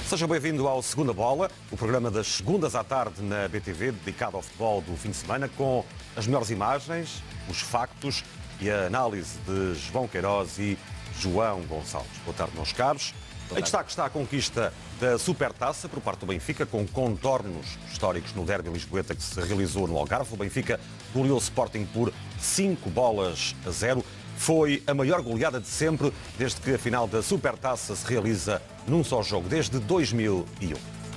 Seja bem-vindo ao Segunda Bola, o programa das segundas à tarde na BTV, dedicado ao futebol do fim de semana, com as melhores imagens, os factos e a análise de João Queiroz e João Gonçalves. Boa tarde, meus caros. Em destaque está a conquista da Supertaça por parte do Benfica, com contornos históricos no derby lisboeta que se realizou no Algarve. O Benfica goleou o Sporting por 5-0. Foi a maior goleada de sempre, desde que a final da Supertaça se realiza num só jogo, desde 2001.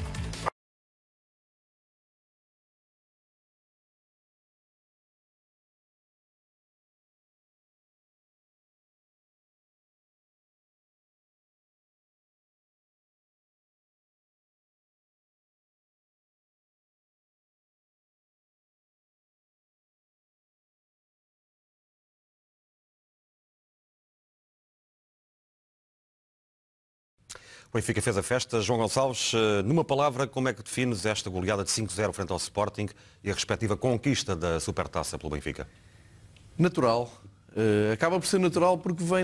O Benfica fez a festa. João Gonçalves, numa palavra, como é que defines esta goleada de 5-0 frente ao Sporting e a respectiva conquista da Supertaça pelo Benfica? Natural. Acaba por ser natural porque vem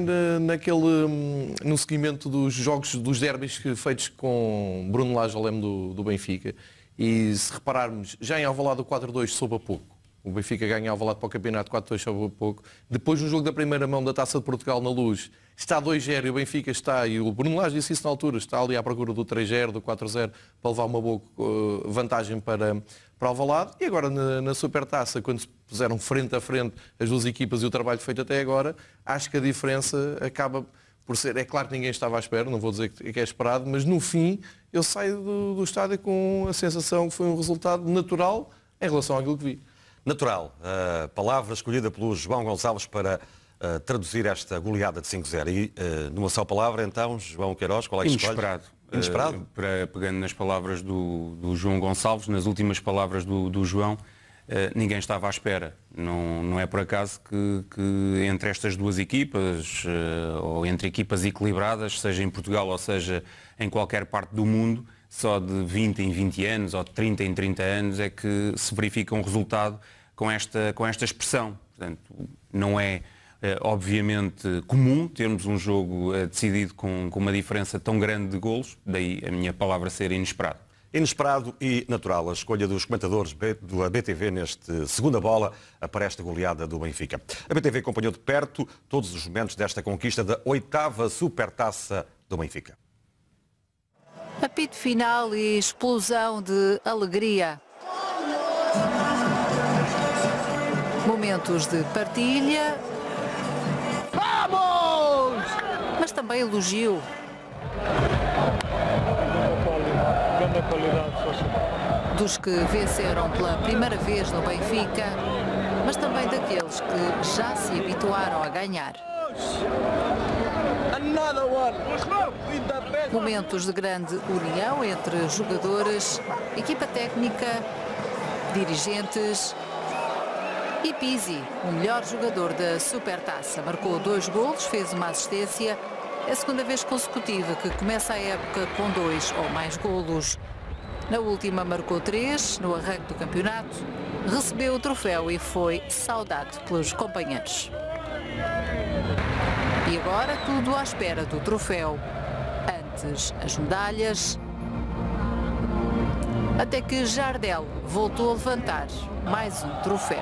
no seguimento dos jogos, dos derbys feitos com Bruno Lage ao leme do Benfica. E se repararmos, já em Alvalade o 4-2 soube a pouco. O Benfica ganha Alvalade para o campeonato 4-2 soube a pouco. Depois no jogo da primeira mão da Taça de Portugal na Luz, está 2-0 e o Benfica está, e o Bruno Lage disse isso na altura, está ali à procura do 3-0, do 4-0, para levar uma boa vantagem para Alvalade. E agora na Supertaça, quando se puseram frente a frente as duas equipas e o trabalho feito até agora, acho que a diferença acaba por ser... É claro que ninguém estava à espera, não vou dizer que é esperado, mas no fim eu saio do estádio com a sensação que foi um resultado natural em relação àquilo que vi. Natural, a palavra escolhida pelo João Gonçalves para traduzir esta goleada de 5-0. E numa só palavra, então, João Queiroz, qual é que escolhe? Inesperado. Inesperado? Pegando nas palavras do João Gonçalves, nas últimas palavras do João, ninguém estava à espera. Não é por acaso que entre estas duas equipas, ou entre equipas equilibradas, seja em Portugal ou seja em qualquer parte do mundo, só de 20 em 20 anos ou de 30 em 30 anos é que se verifica um resultado com esta expressão. Portanto, não é obviamente comum termos um jogo decidido com uma diferença tão grande de golos, daí a minha palavra ser inesperado. Inesperado e natural. A escolha dos comentadores da BTV neste Segunda Bola para esta goleada do Benfica. A BTV acompanhou de perto todos os momentos desta conquista da 8ª Supertaça do Benfica. Apito final e explosão de alegria. Momentos de partilha. Vamos! Mas também elogio. Dos que venceram pela primeira vez no Benfica, mas também daqueles que já se habituaram a ganhar. Momentos de grande união entre jogadores, equipa técnica, dirigentes e Pizzi, o melhor jogador da Supertaça. Marcou 2 golos, fez uma assistência. É a segunda vez consecutiva que começa a época com 2 ou mais golos. Na última marcou 3, no arranque do campeonato. Recebeu o troféu e foi saudado pelos companheiros. E agora tudo à espera do troféu. Antes as medalhas, até que Jardel voltou a levantar mais um troféu.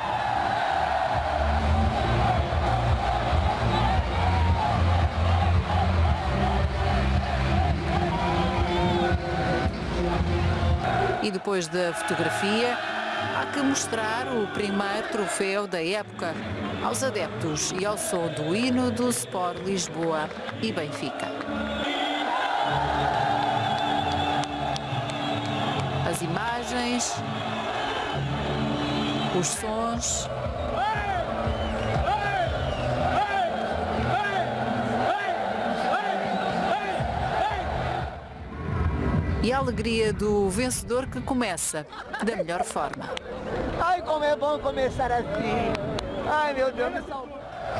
E depois da fotografia, há que mostrar o primeiro troféu da época aos adeptos e ao som do hino do Sport Lisboa e Benfica. As imagens, os sons. E a alegria do vencedor que começa da melhor forma. Ai, como é bom começar assim. Ai, meu Deus, me salvou.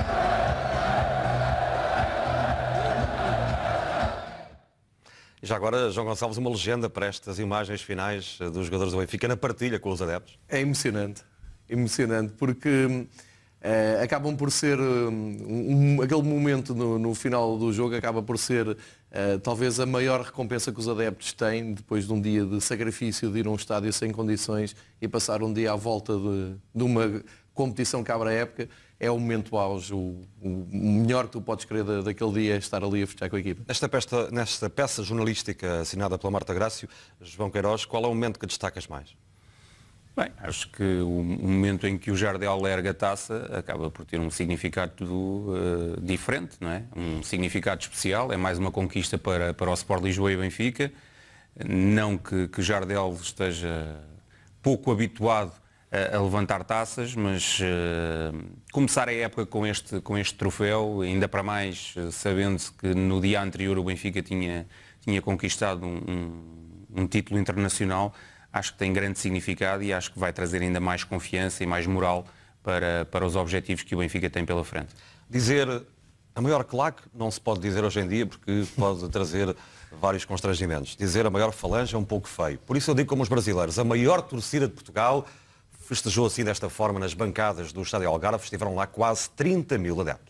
E já agora, João Gonçalves, uma legenda para estas imagens finais dos jogadores do Benfica na partilha com os adeptos. É emocionante, emocionante, porque acabam por ser, aquele momento no final do jogo acaba por ser talvez a maior recompensa que os adeptos têm depois de um dia de sacrifício, de ir a um estádio sem condições e passar um dia à volta de uma competição que abre a época. É o momento auge, o melhor que tu podes querer daquele dia é estar ali a festejar com a equipa. Nesta peça jornalística assinada pela Marta Grácio, João Queiroz, qual é o momento que destacas mais? Bem, acho que o momento em que o Jardel larga a taça acaba por ter um significado diferente, não é? Um significado especial, é mais uma conquista para o Sport Lisboa e Benfica. Não que Jardel esteja pouco habituado a levantar taças, mas começar a época com este troféu, ainda para mais sabendo-se que no dia anterior o Benfica tinha conquistado um título internacional, acho que tem grande significado e acho que vai trazer ainda mais confiança e mais moral para os objetivos que o Benfica tem pela frente. Dizer a maior claque não se pode dizer hoje em dia porque pode trazer vários constrangimentos. Dizer a maior falange é um pouco feio. Por isso eu digo como os brasileiros, a maior torcida de Portugal festejou assim desta forma nas bancadas do Estádio Algarve. Estiveram lá quase 30 mil adeptos.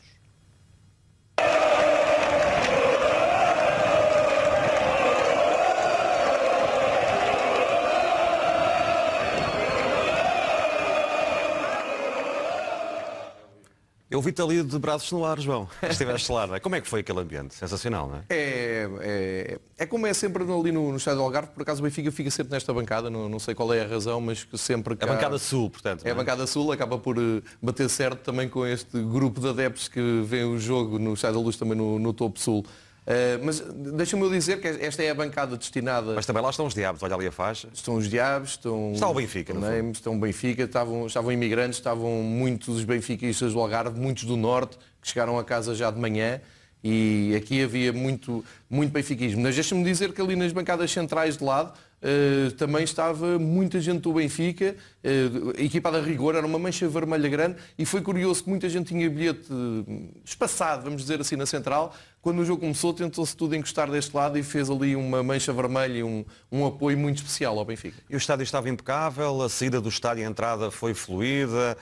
Eu vi-te ali de braços no ar, João. Estiveste lá, não é? Como é que foi aquele ambiente? Sensacional, não é? É como é sempre ali no Estádio do Algarve, por acaso o Benfica fica sempre nesta bancada, não sei qual é a razão, mas que sempre... É a bancada sul, portanto. É a bancada sul, acaba por bater certo também com este grupo de adeptos que vêem o jogo no Estádio da Luz, também no topo sul. Mas deixa-me dizer que esta é a bancada destinada... Mas também lá estão os diabos, olha ali a faixa. Estão os diabos, está o Benfica, não é? Estão o Benfica, estavam imigrantes, estavam muitos dos benfiquistas do Algarve, muitos do Norte, que chegaram a casa já de manhã, e aqui havia muito benfiquismo. Mas deixa-me dizer que ali nas bancadas centrais de lado também estava muita gente do Benfica, equipada a rigor, era uma mancha vermelha grande, e foi curioso que muita gente tinha bilhete espaçado, vamos dizer assim, na central. Quando o jogo começou, tentou-se tudo encostar deste lado e fez ali uma mancha vermelha e um apoio muito especial ao Benfica. E o estádio estava impecável, a saída do estádio e a entrada foi fluida,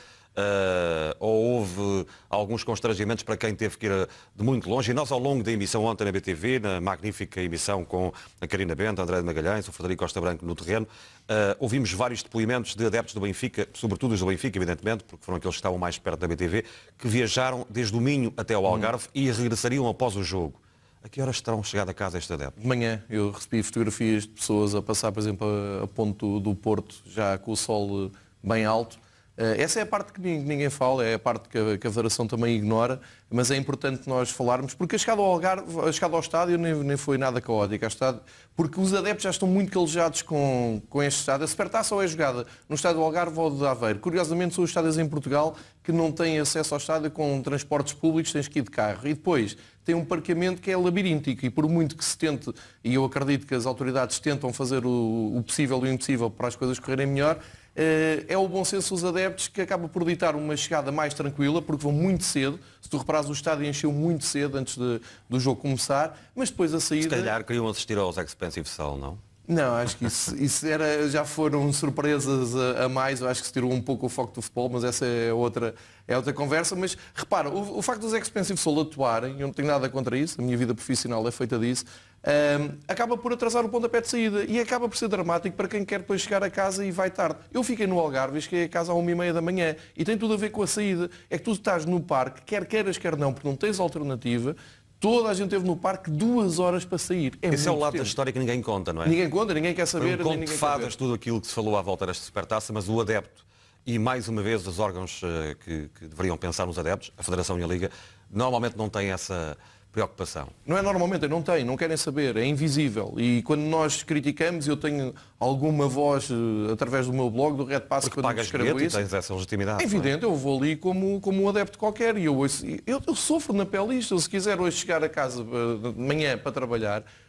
ou houve alguns constrangimentos para quem teve que ir de muito longe? E nós, ao longo da emissão ontem na BTV, na magnífica emissão com a Carina Bento, André de Magalhães, o Frederico Costa Branco no terreno, ouvimos vários depoimentos de adeptos do Benfica, sobretudo os do Benfica, evidentemente, porque foram aqueles que estavam mais perto da BTV, que viajaram desde o Minho até ao Algarve e regressariam após o jogo. A que horas terão chegado a casa estes adeptos? De manhã eu recebi fotografias de pessoas a passar, por exemplo, a ponto do Porto, já com o sol bem alto. Essa é a parte que ninguém fala, é a parte que a Federação também ignora, mas é importante nós falarmos, porque a chegada ao Algarve, a chegada ao estádio nem foi nada caótica, porque os adeptos já estão muito calejados com este estádio. A Supertaça ou é jogada no estádio do Algarve ou de Aveiro. Curiosamente são os estádios em Portugal que não têm acesso ao estádio com transportes públicos, tens que ir de carro. E depois tem um parqueamento que é labiríntico e por muito que se tente, e eu acredito que as autoridades tentam fazer o possível e o impossível para as coisas correrem melhor, é o bom senso dos adeptos que acaba por ditar uma chegada mais tranquila, porque vão muito cedo. Se tu reparares, o estádio encheu muito cedo antes do jogo começar, mas depois a saída... Se calhar queriam assistir aos Expensive Soul, não? Não, acho que isso já foram surpresas a mais. Eu acho que se tirou um pouco o foco do futebol, mas essa é outra conversa. Mas repara, o facto dos Expensive Soul atuarem, eu não tenho nada contra isso, a minha vida profissional é feita disso, acaba por atrasar o pontapé de saída e acaba por ser dramático para quem quer depois chegar a casa e vai tarde. Eu fiquei no Algarve e cheguei a casa às 1h30 da manhã e tem tudo a ver com a saída. É que tu estás no parque, quer queiras, quer não, porque não tens alternativa. Toda a gente esteve no parque 2 horas para sair. Esse é o lado da história que ninguém conta, não é? Ninguém conta, ninguém quer saber. Foi um conto de fadas tudo aquilo que se falou à volta desta Supertaça, mas o adepto e, mais uma vez, os órgãos que deveriam pensar nos adeptos, a Federação e a Liga, normalmente não têm essa preocupação. Não é normalmente, não querem saber, é invisível. E quando nós criticamos, eu tenho alguma voz através do meu blog, do Red Pass, porque quando escrevo isso. Tens essa legitimidade. É evidente, eu vou ali como um adepto qualquer e eu sofro na pele isto. Se quiser hoje chegar a casa de manhã para trabalhar,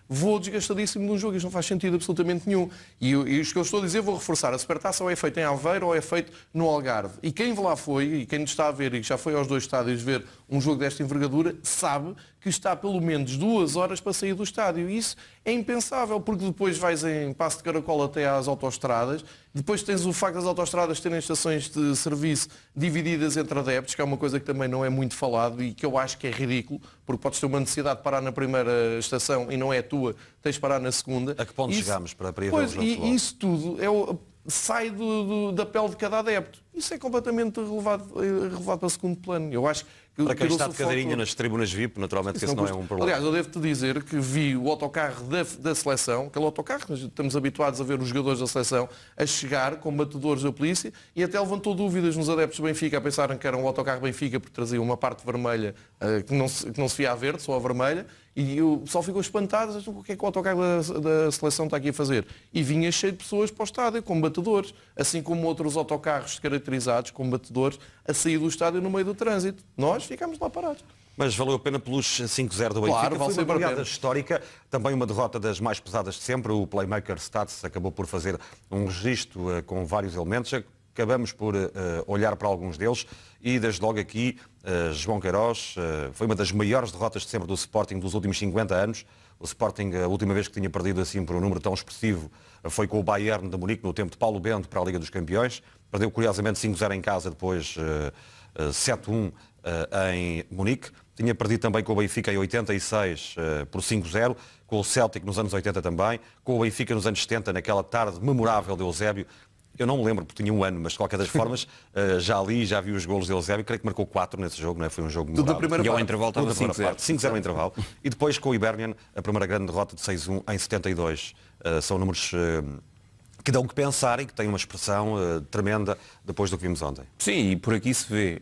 vou desgastadíssimo num jogo. Isto não faz sentido absolutamente nenhum. E isto que eu estou a dizer, vou reforçar. A Supertaça ou é feito em Aveiro ou é feito no Algarve. E quem lá foi, e quem está a ver e já foi aos 2 estádios ver um jogo desta envergadura, sabe que está pelo menos 2 horas para sair do estádio. E isso é impensável, porque depois vais em passo de caracol até às autoestradas, depois tens o facto das autoestradas terem estações de serviço divididas entre adeptos, que é uma coisa que também não é muito falado e que eu acho que é ridículo, porque podes ter uma necessidade de parar na primeira estação e não é a tua, tens de parar na segunda. A que ponto chegamos para ir ver Pois, o futebol? isso tudo sai da pele de cada adepto. Isso é completamente relevado para segundo plano. Eu acho que para quem está de cadeirinha nas tribunas VIP, naturalmente que isso não é um problema. Aliás, eu devo-te dizer que vi o autocarro da seleção, aquele autocarro que estamos habituados a ver os jogadores da seleção a chegar com batedores da polícia, e até levantou dúvidas nos adeptos do Benfica a pensarem que era um autocarro Benfica porque trazia uma parte vermelha que não se via a verde, só a vermelha, e o pessoal ficou espantado, o que é que o autocarro da seleção está aqui a fazer? E vinha cheio de pessoas para o estádio, com batedores, assim como outros autocarros caracterizados com batedores a sair do estádio no meio do trânsito. Nós ficámos lá parados. Mas valeu a pena pelos 5-0 do Benfica. Claro, foi uma goleada pena. Histórica, também uma derrota das mais pesadas de sempre. O Playmaker Stats acabou por fazer um registro com vários elementos. Acabamos por olhar para alguns deles e desde logo aqui João Queiroz foi uma das maiores derrotas de sempre do Sporting dos últimos 50 anos. O Sporting, a última vez que tinha perdido assim por um número tão expressivo, foi com o Bayern de Munique no tempo de Paulo Bento para a Liga dos Campeões. Perdeu curiosamente 5-0 em casa, depois 7-1 em Munique. Tinha perdido também com o Benfica em 86 por 5-0, com o Celtic nos anos 80 também, com o Benfica nos anos 70, naquela tarde memorável de Eusébio. Eu não me lembro porque tinha um ano, mas de qualquer das formas já li, já vi os golos de Eusébio, creio que marcou 4 nesse jogo, não é? Foi um jogo memorável. Tudo da primeira E ao parte. intervalo estava 5-0. 5-0 ao intervalo. E depois com o Hibernian, a primeira grande derrota de 6-1 em 72. São números que dão que pensar e que têm uma expressão tremenda depois do que vimos ontem. Sim, e por aqui se vê,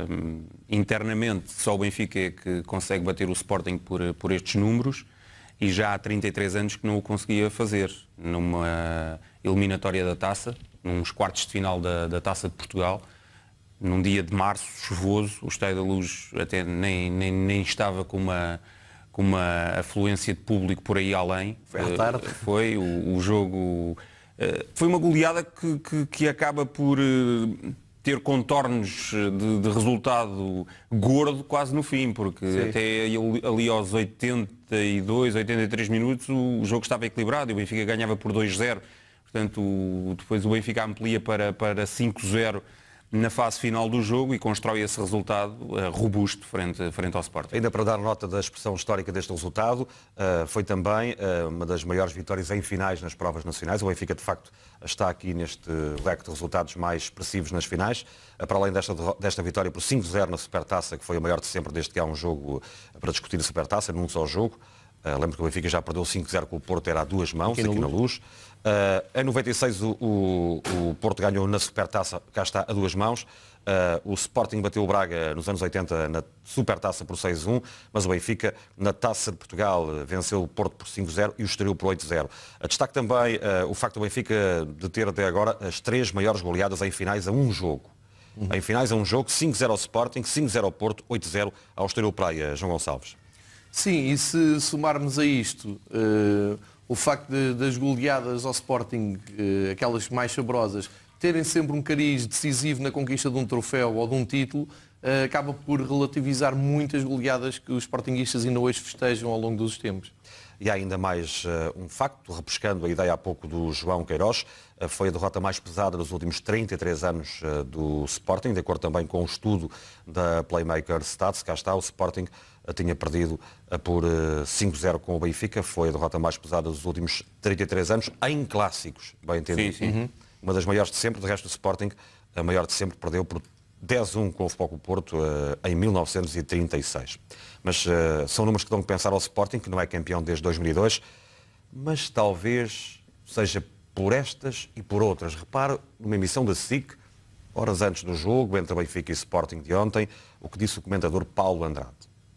internamente só o Benfica é que consegue bater o Sporting por estes números e já há 33 anos que não o conseguia fazer numa eliminatória da Taça, nos quartos de final da Taça de Portugal, num dia de março, chuvoso, o Estádio da Luz até nem estava com uma afluência de público por aí além. Foi à tarde. Foi o jogo... Foi uma goleada que acaba por ter contornos de resultado gordo quase no fim, porque Sim. até ali aos 82, 83 minutos o jogo estava equilibrado e o Benfica ganhava por 2-0. Portanto, depois o Benfica amplia para 5-0 na fase final do jogo e constrói esse resultado robusto frente ao Sporting. Ainda para dar nota da expressão histórica deste resultado, foi também uma das maiores vitórias em finais nas provas nacionais. O Benfica, de facto, está aqui neste leque de resultados mais expressivos nas finais. Para além desta vitória por 5-0 na Supertaça, que foi a maior de sempre desde que há um jogo para discutir a Supertaça, num só jogo. Lembro que o Benfica já perdeu 5-0 com o Porto, era a 2 mãos, aqui na Luz. Em 96 o Porto ganhou na Supertaça, cá está, a 2 mãos. O Sporting bateu o Braga nos anos 80 na Supertaça por 6-1, mas o Benfica na Taça de Portugal venceu o Porto por 5-0 e o Estoril por 8-0. Destaque também o facto do Benfica de ter até agora as 3 maiores goleadas em finais a um jogo. Em finais a um jogo, 5-0 ao Sporting, 5-0 ao Porto, 8-0 ao Estoril Praia. João Gonçalves. Sim, e se somarmos a isto o facto das goleadas ao Sporting, aquelas mais saborosas, terem sempre um cariz decisivo na conquista de um troféu ou de um título, acaba por relativizar muitas goleadas que os sportinguistas ainda hoje festejam ao longo dos tempos. E há ainda mais um facto, repescando a ideia há pouco do João Queiroz, foi a derrota mais pesada dos últimos 33 anos do Sporting, de acordo também com o estudo da Playmaker Stats. Cá está, o Sporting tinha perdido por 5-0 com o Benfica, foi a derrota mais pesada dos últimos 33 anos, em clássicos, bem entendido. Sim, sim. Uma das maiores de sempre, de resto do Sporting, a maior de sempre, perdeu por 10-1 com o Futebol Clube do Porto em 1936. Mas são números que dão que pensar ao Sporting, que não é campeão desde 2002, mas talvez seja por estas e por outras. Repare numa emissão da SIC, horas antes do jogo, entre Benfica e Sporting de ontem, o que disse o comentador Paulo Andrade.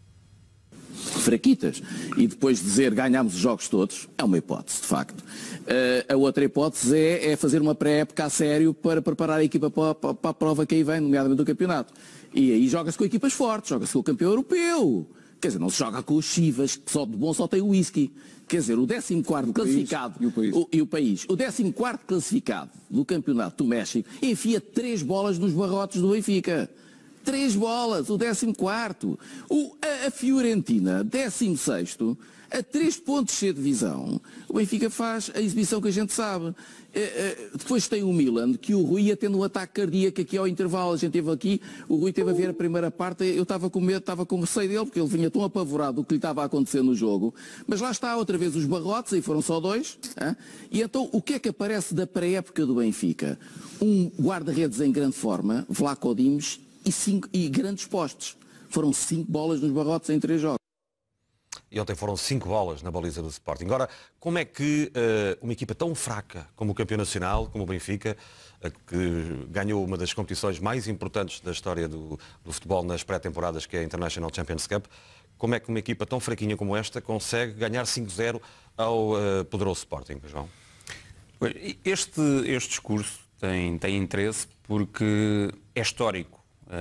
Fraquitas, e depois dizer ganhámos os jogos todos, é uma hipótese, de facto. A outra hipótese é fazer uma pré-época a sério para preparar a equipa para a prova que aí vem, nomeadamente do campeonato. E aí joga-se com equipas fortes, joga-se com o campeão europeu. Quer dizer, não se joga com os Chivas, que só de bom só tem o whisky. Quer dizer, o 14º classificado e o país. O 14º classificado do Campeonato do México enfia 3 bolas nos barrotes do Benfica. 3 bolas, o 14º. A Fiorentina, 16º, a 3 pontos de divisão, o Benfica faz a exibição que a gente sabe. Depois tem o Milan, que o Rui ia tendo um ataque cardíaco aqui ao intervalo. A gente teve aqui, o Rui teve a ver a primeira parte, eu estava com medo, estava com receio dele, porque ele vinha tão apavorado do que lhe estava a acontecer no jogo. Mas lá está outra vez os barrotes, aí foram só 2. E então, o que é que aparece da pré-época do Benfica? Um guarda-redes em grande forma, Vlaco Dimos, e grandes postes. Foram 5 bolas nos barrotes em 3 jogos. E ontem foram 5 bolas na baliza do Sporting. Agora, como é que uma equipa tão fraca como o Campeão Nacional, como o Benfica, que ganhou uma das competições mais importantes da história do futebol nas pré-temporadas, que é a International Champions Cup, como é que uma equipa tão fraquinha como esta consegue ganhar 5-0 ao poderoso Sporting, João? Este discurso tem interesse porque é histórico.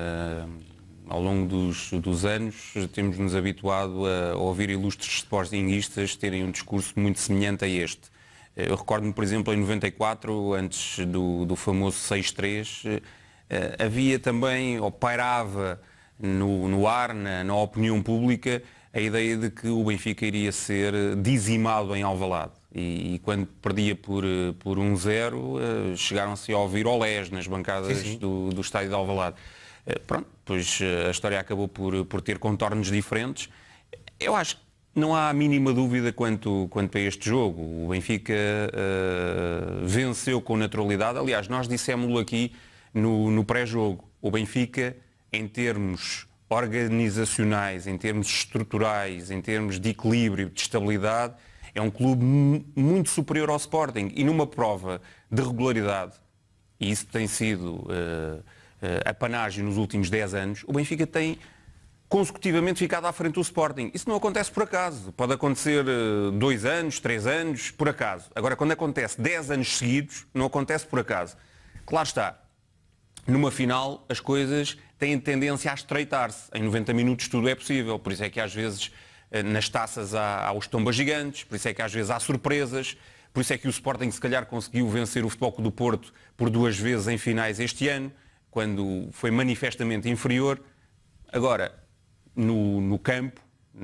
Ao longo dos anos temos-nos habituado a ouvir ilustres sportinguistas terem um discurso muito semelhante a este. Eu recordo-me, por exemplo, em 94, antes do famoso 6-3, havia também, ou pairava no ar, na opinião pública, a ideia de que o Benfica iria ser dizimado em Alvalade. E quando perdia por 1-0, chegaram-se a ouvir olés nas bancadas do estádio de Alvalade. Pronto, pois a história acabou por ter contornos diferentes. Eu acho que não há a mínima dúvida quanto a este jogo. O Benfica venceu com naturalidade. Aliás, nós dissemos-lo aqui no pré-jogo. O Benfica, em termos organizacionais, em termos estruturais, em termos de equilíbrio, de estabilidade, é um clube muito superior ao Sporting. E numa prova de regularidade, e isso tem sido a panagem nos últimos 10 anos, o Benfica tem consecutivamente ficado à frente do Sporting. Isso não acontece por acaso. Pode acontecer 2 anos, 3 anos, por acaso. Agora, quando acontece 10 anos seguidos, não acontece por acaso. Claro está, numa final as coisas têm tendência a estreitar-se. Em 90 minutos tudo é possível. Por isso é que às vezes nas taças há os tombas gigantes, por isso é que às vezes há surpresas, por isso é que o Sporting se calhar conseguiu vencer o Futebol Clube do Porto por 2 vezes em finais este ano, quando foi manifestamente inferior. Agora, no campo,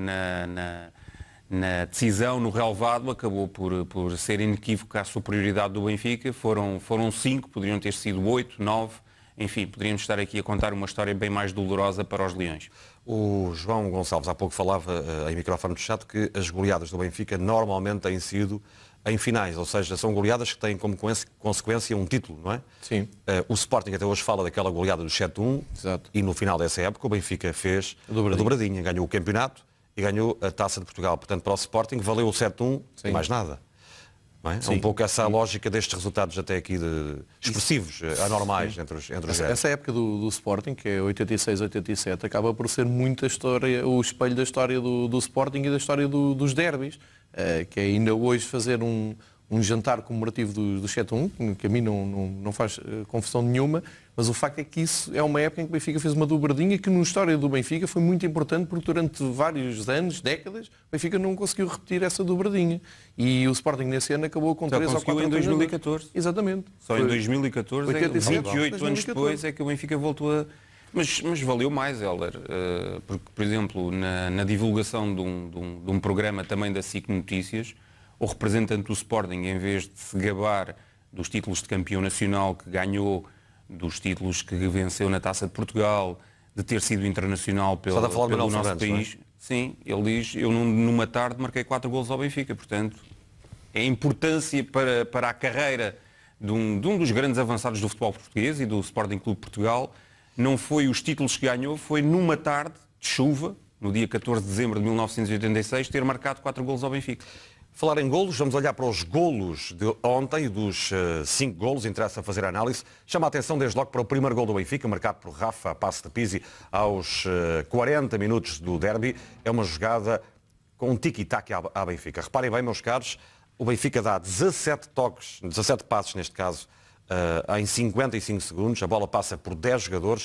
na decisão, no relevado, acabou por ser inequívoca a superioridade do Benfica. Foram 5, poderiam ter sido 8, 9, enfim, poderíamos estar aqui a contar uma história bem mais dolorosa para os Leões. O João Gonçalves há pouco falava em microfone fechado que as goleadas do Benfica normalmente têm sido em finais, ou seja, são goleadas que têm como consequência um título, não é? Sim. O Sporting até hoje fala daquela goleada do 7-1. Exato. E no final dessa época o Benfica fez a dobradinha, ganhou o campeonato e ganhou a Taça de Portugal. Portanto, para o Sporting valeu o 7-1 e mais nada. Não é? É um pouco essa a lógica destes resultados até aqui expressivos, anormais entre os grandes. Essa época do Sporting, que é 86-87, acaba por ser muita história, o espelho da história do Sporting e da história dos derbys. Que é ainda hoje fazer um jantar comemorativo do 7-1, que a mim não faz confusão nenhuma, mas o facto é que isso é uma época em que o Benfica fez uma dobradinha que na história do Benfica foi muito importante porque durante vários anos, décadas, o Benfica não conseguiu repetir essa dobradinha. E o Sporting nesse ano acabou com 3 ou 4 em 2014. Exatamente. Só em 2014, 28 anos depois, é que o Benfica voltou a... Mas valeu mais, Hélder, porque, por exemplo, na divulgação de um programa também da SIC Notícias, o representante do Sporting, em vez de se gabar dos títulos de campeão nacional que ganhou, dos títulos que venceu na Taça de Portugal, de ter sido internacional pelo nosso país, sim, ele diz, eu numa tarde marquei 4 golos ao Benfica, portanto, é a importância para a carreira de um dos grandes avançados do futebol português e do Sporting Clube Portugal. Não foi os títulos que ganhou, foi numa tarde de chuva, no dia 14 de dezembro de 1986, ter marcado 4 golos ao Benfica. Falar em golos, vamos olhar para os golos de ontem, dos 5 golos, interessa fazer a análise. Chama a atenção desde logo para o primeiro gol do Benfica, marcado por Rafa, a passe de Pizzi, aos 40 minutos do derby. É uma jogada com um tiki-taki à Benfica. Reparem bem, meus caros, o Benfica dá 17 toques, 17 passos neste caso, em 55 segundos, a bola passa por 10 jogadores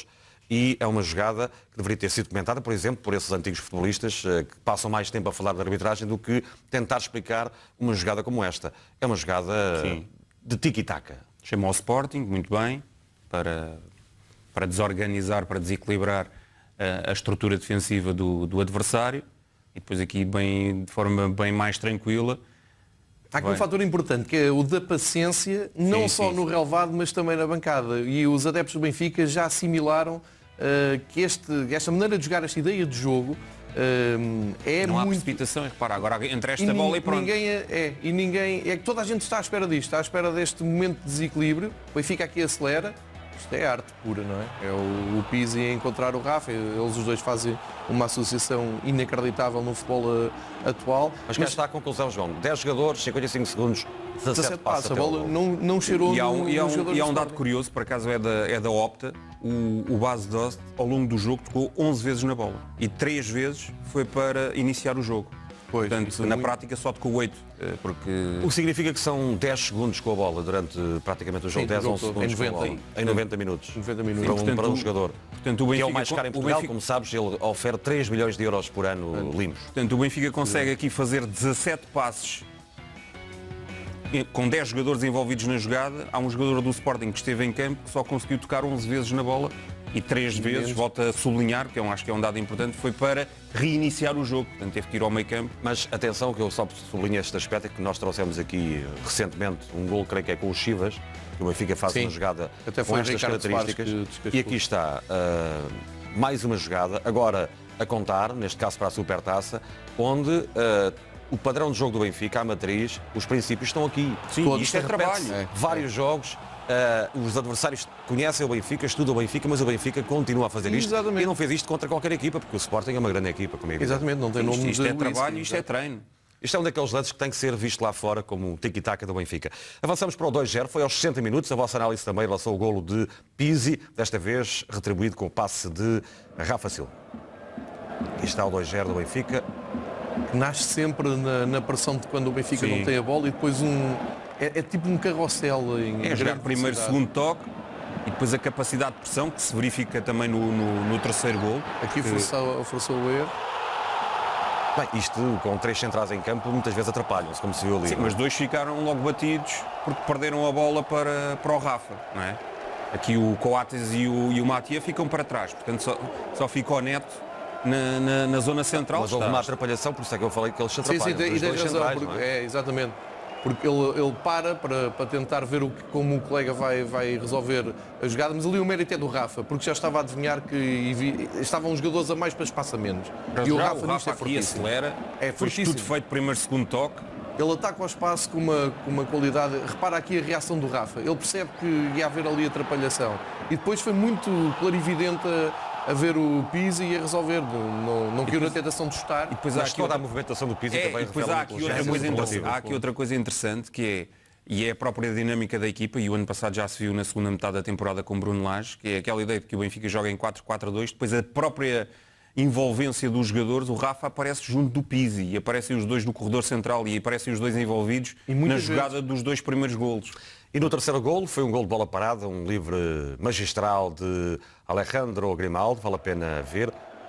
e é uma jogada que deveria ter sido comentada, por exemplo, por esses antigos futebolistas que passam mais tempo a falar de arbitragem do que tentar explicar uma jogada como esta. É uma jogada de tiki-taka. Chamou ao Sporting, muito bem, para desorganizar, para desequilibrar a estrutura defensiva do adversário, e depois aqui de forma bem mais tranquila. Há aqui um fator importante, que é o da paciência, não só no relevado, mas também na bancada. E os adeptos do Benfica já assimilaram que esta maneira de jogar, esta ideia de jogo, é não há muito... precipitação, e repara, agora entre esta bola e pronto. É que toda a gente está à espera disto, está à espera deste momento de desequilíbrio. O Benfica aqui acelera. Isto é arte pura, não é? É o Pizzi a encontrar o Rafa, eles os dois fazem uma associação inacreditável no futebol atual. Mas cá está a conclusão, João. 10 jogadores, 55 segundos, 17 passos. A bola não cheirou e há um dado curioso, por acaso é da Opta. O Bas Dost, ao longo do jogo, tocou 11 vezes na bola. E 3 vezes foi para iniciar o jogo. Pois, portanto, na prática só tocou 8. Porque... O que significa que são 10 segundos com a bola durante praticamente o jogo, 10 ou 11 segundos com a bola, em 90 minutos. 90 minutos. Para um jogador. Portanto, o Benfica, que é o mais caro em Portugal, como sabes, ele oferece 3 milhões de euros por ano limpos. Portanto, o Benfica consegue aqui fazer 17 passes com 10 jogadores envolvidos na jogada. Há um jogador do Sporting que esteve em campo que só conseguiu tocar 11 vezes na bola. E 3 vezes, volto a sublinhar, que eu acho que é um dado importante, foi para reiniciar o jogo. Portanto, teve que ir ao meio campo. Mas atenção, que eu só sublinho este aspecto, é que nós trouxemos aqui recentemente um gol, creio que é com o Chivas, que o Benfica faz uma jogada com estas características. E aqui está mais uma jogada, agora a contar, neste caso para a Supertaça, onde o padrão de jogo do Benfica, a matriz, os princípios estão aqui. Sim, isto é trabalho. Vários jogos. Os adversários conhecem o Benfica, estudam o Benfica, mas o Benfica continua a fazer isto. Exatamente. E não fez isto contra qualquer equipa, porque o Sporting é uma grande equipa, como é evidente. Exatamente, não tem nome. Isto é trabalho, isto é treino. Isto é um daqueles lances que tem que ser visto lá fora como o tiki-taka do Benfica. Avançamos para o 2-0, foi aos 60 minutos, a vossa análise também lançou o golo de Pizzi, desta vez retribuído com o passe de Rafa Silva. Aqui está o 2-0 do Benfica. Que nasce sempre na pressão de quando o Benfica não tem a bola e depois é tipo um carrossel em jogar primeiro, segundo toque e depois a capacidade de pressão que se verifica também no terceiro gol. Aqui forçou o erro. Bem, isto com 3 centrais em campo muitas vezes atrapalham-se, como se viu ali. Sim, mas 2 ficaram logo batidos porque perderam a bola para o Rafa, não é? Aqui o Coates e o Matia ficam para trás, portanto só fica o Neto na zona central. Mas houve uma atrapalhação, por isso é que eu falei que eles se atrapalham. Sim, e tens razão, exatamente. Porque ele para tentar ver como o colega vai resolver a jogada, mas ali o mérito é do Rafa, porque já estava a adivinhar que estavam os jogadores a mais para espaçamentos. E o Rafa aqui acelera, foi tudo feito primeiro, segundo toque. Ele ataca ao espaço com uma qualidade. Repara aqui a reação do Rafa. Ele percebe que ia haver ali atrapalhação. E depois foi muito clarividente a ver o Pizzi e a resolver. Não caiu na tentação de chutar. E depois há aqui toda a movimentação do Pizzi também. E depois há aqui outra coisa interessante que é, e é a própria dinâmica da equipa, e o ano passado já se viu na segunda metade da temporada com Bruno Lage, que é aquela ideia de que o Benfica joga em 4-4-2, depois a própria envolvência dos jogadores, o Rafa aparece junto do Pizzi, e aparecem os dois no corredor central e aparecem os dois envolvidos na jogada dos 2 primeiros golos. E no terceiro golo, foi um golo de bola parada, um livre magistral de Alejandro Grimaldo, vale a pena ver.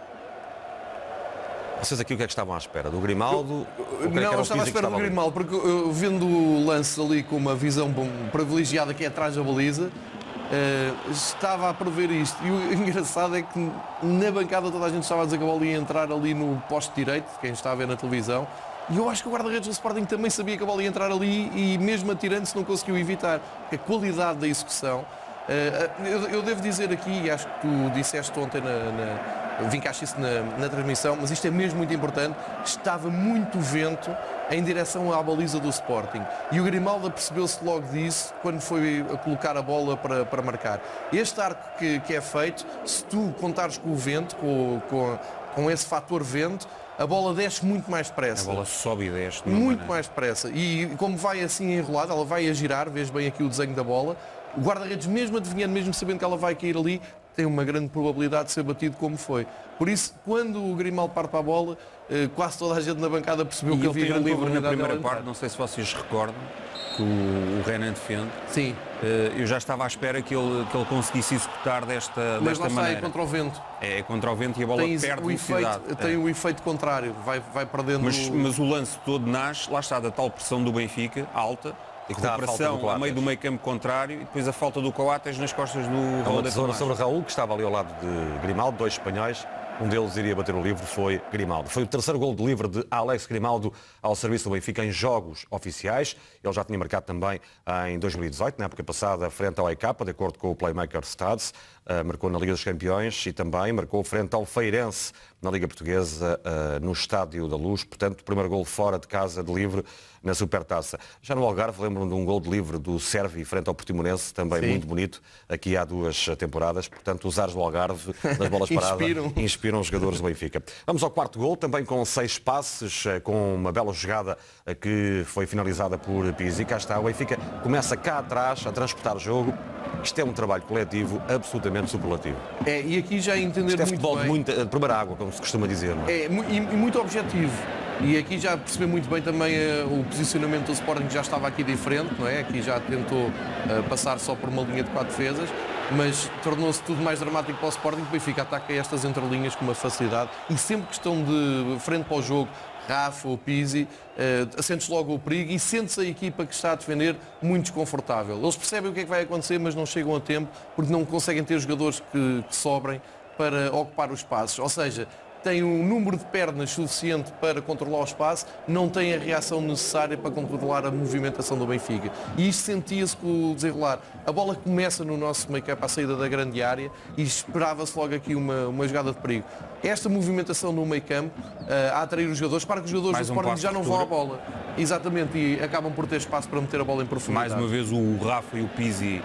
Vocês aqui o que é que estavam à espera? Do Grimaldo? Eu estava à espera do Grimaldo, porque eu vendo o lance ali com uma visão privilegiada que é atrás da baliza, estava a prever isto. E o engraçado é que na bancada toda a gente estava a dizer que a bola ia entrar ali no poste direito, quem está a ver na televisão. E eu acho que o guarda-redes do Sporting também sabia que a bola ia entrar ali e mesmo atirando-se não conseguiu evitar. Porque a qualidade da execução... eu devo dizer aqui, e acho que tu disseste ontem vincaste isso na transmissão, mas isto é mesmo muito importante, estava muito vento em direção à baliza do Sporting. E o Grimaldo percebeu-se logo disso quando foi a colocar a bola para marcar. Este arco que é feito, se tu contares com o vento, com esse fator vento, a bola desce muito mais depressa. A bola sobe e desce. Muito mais depressa. E como vai assim enrolada, ela vai a girar, vês bem aqui o desenho da bola, o guarda-redes mesmo adivinhando, mesmo sabendo que ela vai cair ali, tem uma grande probabilidade de ser batido como foi. Por isso, quando o Grimaldo parte para a bola, quase toda a gente na bancada percebeu que ele havia tem um grande livro na probabilidade primeira dela parte, entrar. não sei se vocês recordam, que o Renan defende. Sim, Eu já estava à espera que ele conseguisse executar desta mas lá está, maneira. é contra o vento. É contra o vento e a bola Tem perde o velocidade. efeito, tem o efeito contrário, vai perdendo... Mas o lance todo nasce, lá está, da tal pressão do Benfica, alta, E que dá a falta do recuperação a Coates. meio do meio campo contrário e depois a falta do Coates nas costas do É uma Raul de tesoura Tomás. sobre Raul, que estava ali ao lado de Grimaldo, 2 espanhóis. Um deles iria bater o livre, foi Grimaldo. Foi o terceiro gol de livre de Alex Grimaldo ao serviço do Benfica em jogos oficiais. Ele já tinha marcado também em 2018, na época passada, frente ao EK, de acordo com o Playmaker Stats. Marcou na Liga dos Campeões e também marcou frente ao Feirense na Liga Portuguesa, no Estádio da Luz. Portanto, o primeiro gol fora de casa de livre na Supertaça. Já no Algarve, lembro-me de um gol de livre do Sérvio frente ao Portimonense, também Sim. muito bonito, aqui há 2 temporadas. Portanto, os ares do Algarve, nas bolas paradas, inspiram os jogadores do Benfica. Vamos ao quarto gol, também com 6 passes, com uma bela jogada que foi finalizada por Pizzi. Cá está, o Benfica começa cá atrás a transportar o jogo. Isto é um trabalho coletivo absolutamente superlativo. E aqui já entender Isto é muito futebol bem. de primeira água, como se costuma dizer. Não é? E muito objetivo. E aqui já perceber muito bem também o posicionamento do Sporting, que já estava aqui diferente, não é? Aqui já tentou passar só por uma linha de 4 defesas, mas tornou-se tudo mais dramático para o Sporting. O Benfica ataca estas entrelinhas com uma facilidade e sempre que estão de frente para o jogo, Rafa ou Pizzi, sentes logo o perigo e sentes a equipa que está a defender muito desconfortável. Eles percebem o que é que vai acontecer, mas não chegam a tempo porque não conseguem ter jogadores que sobrem para ocupar os espaços. Ou seja, tem um número de pernas suficiente para controlar o espaço, não tem a reação necessária para controlar a movimentação do Benfica. E isto sentia-se com o desenrolar. A bola começa no nosso make-up à saída da grande área e esperava-se logo aqui uma jogada de perigo. Esta movimentação no meio campo a atrair os jogadores, para que os jogadores Mais do um Sporting passo já de não vão à bola. Exatamente, e acabam por ter espaço para meter a bola em profundidade. Mais uma vez o Rafa e o Pizzi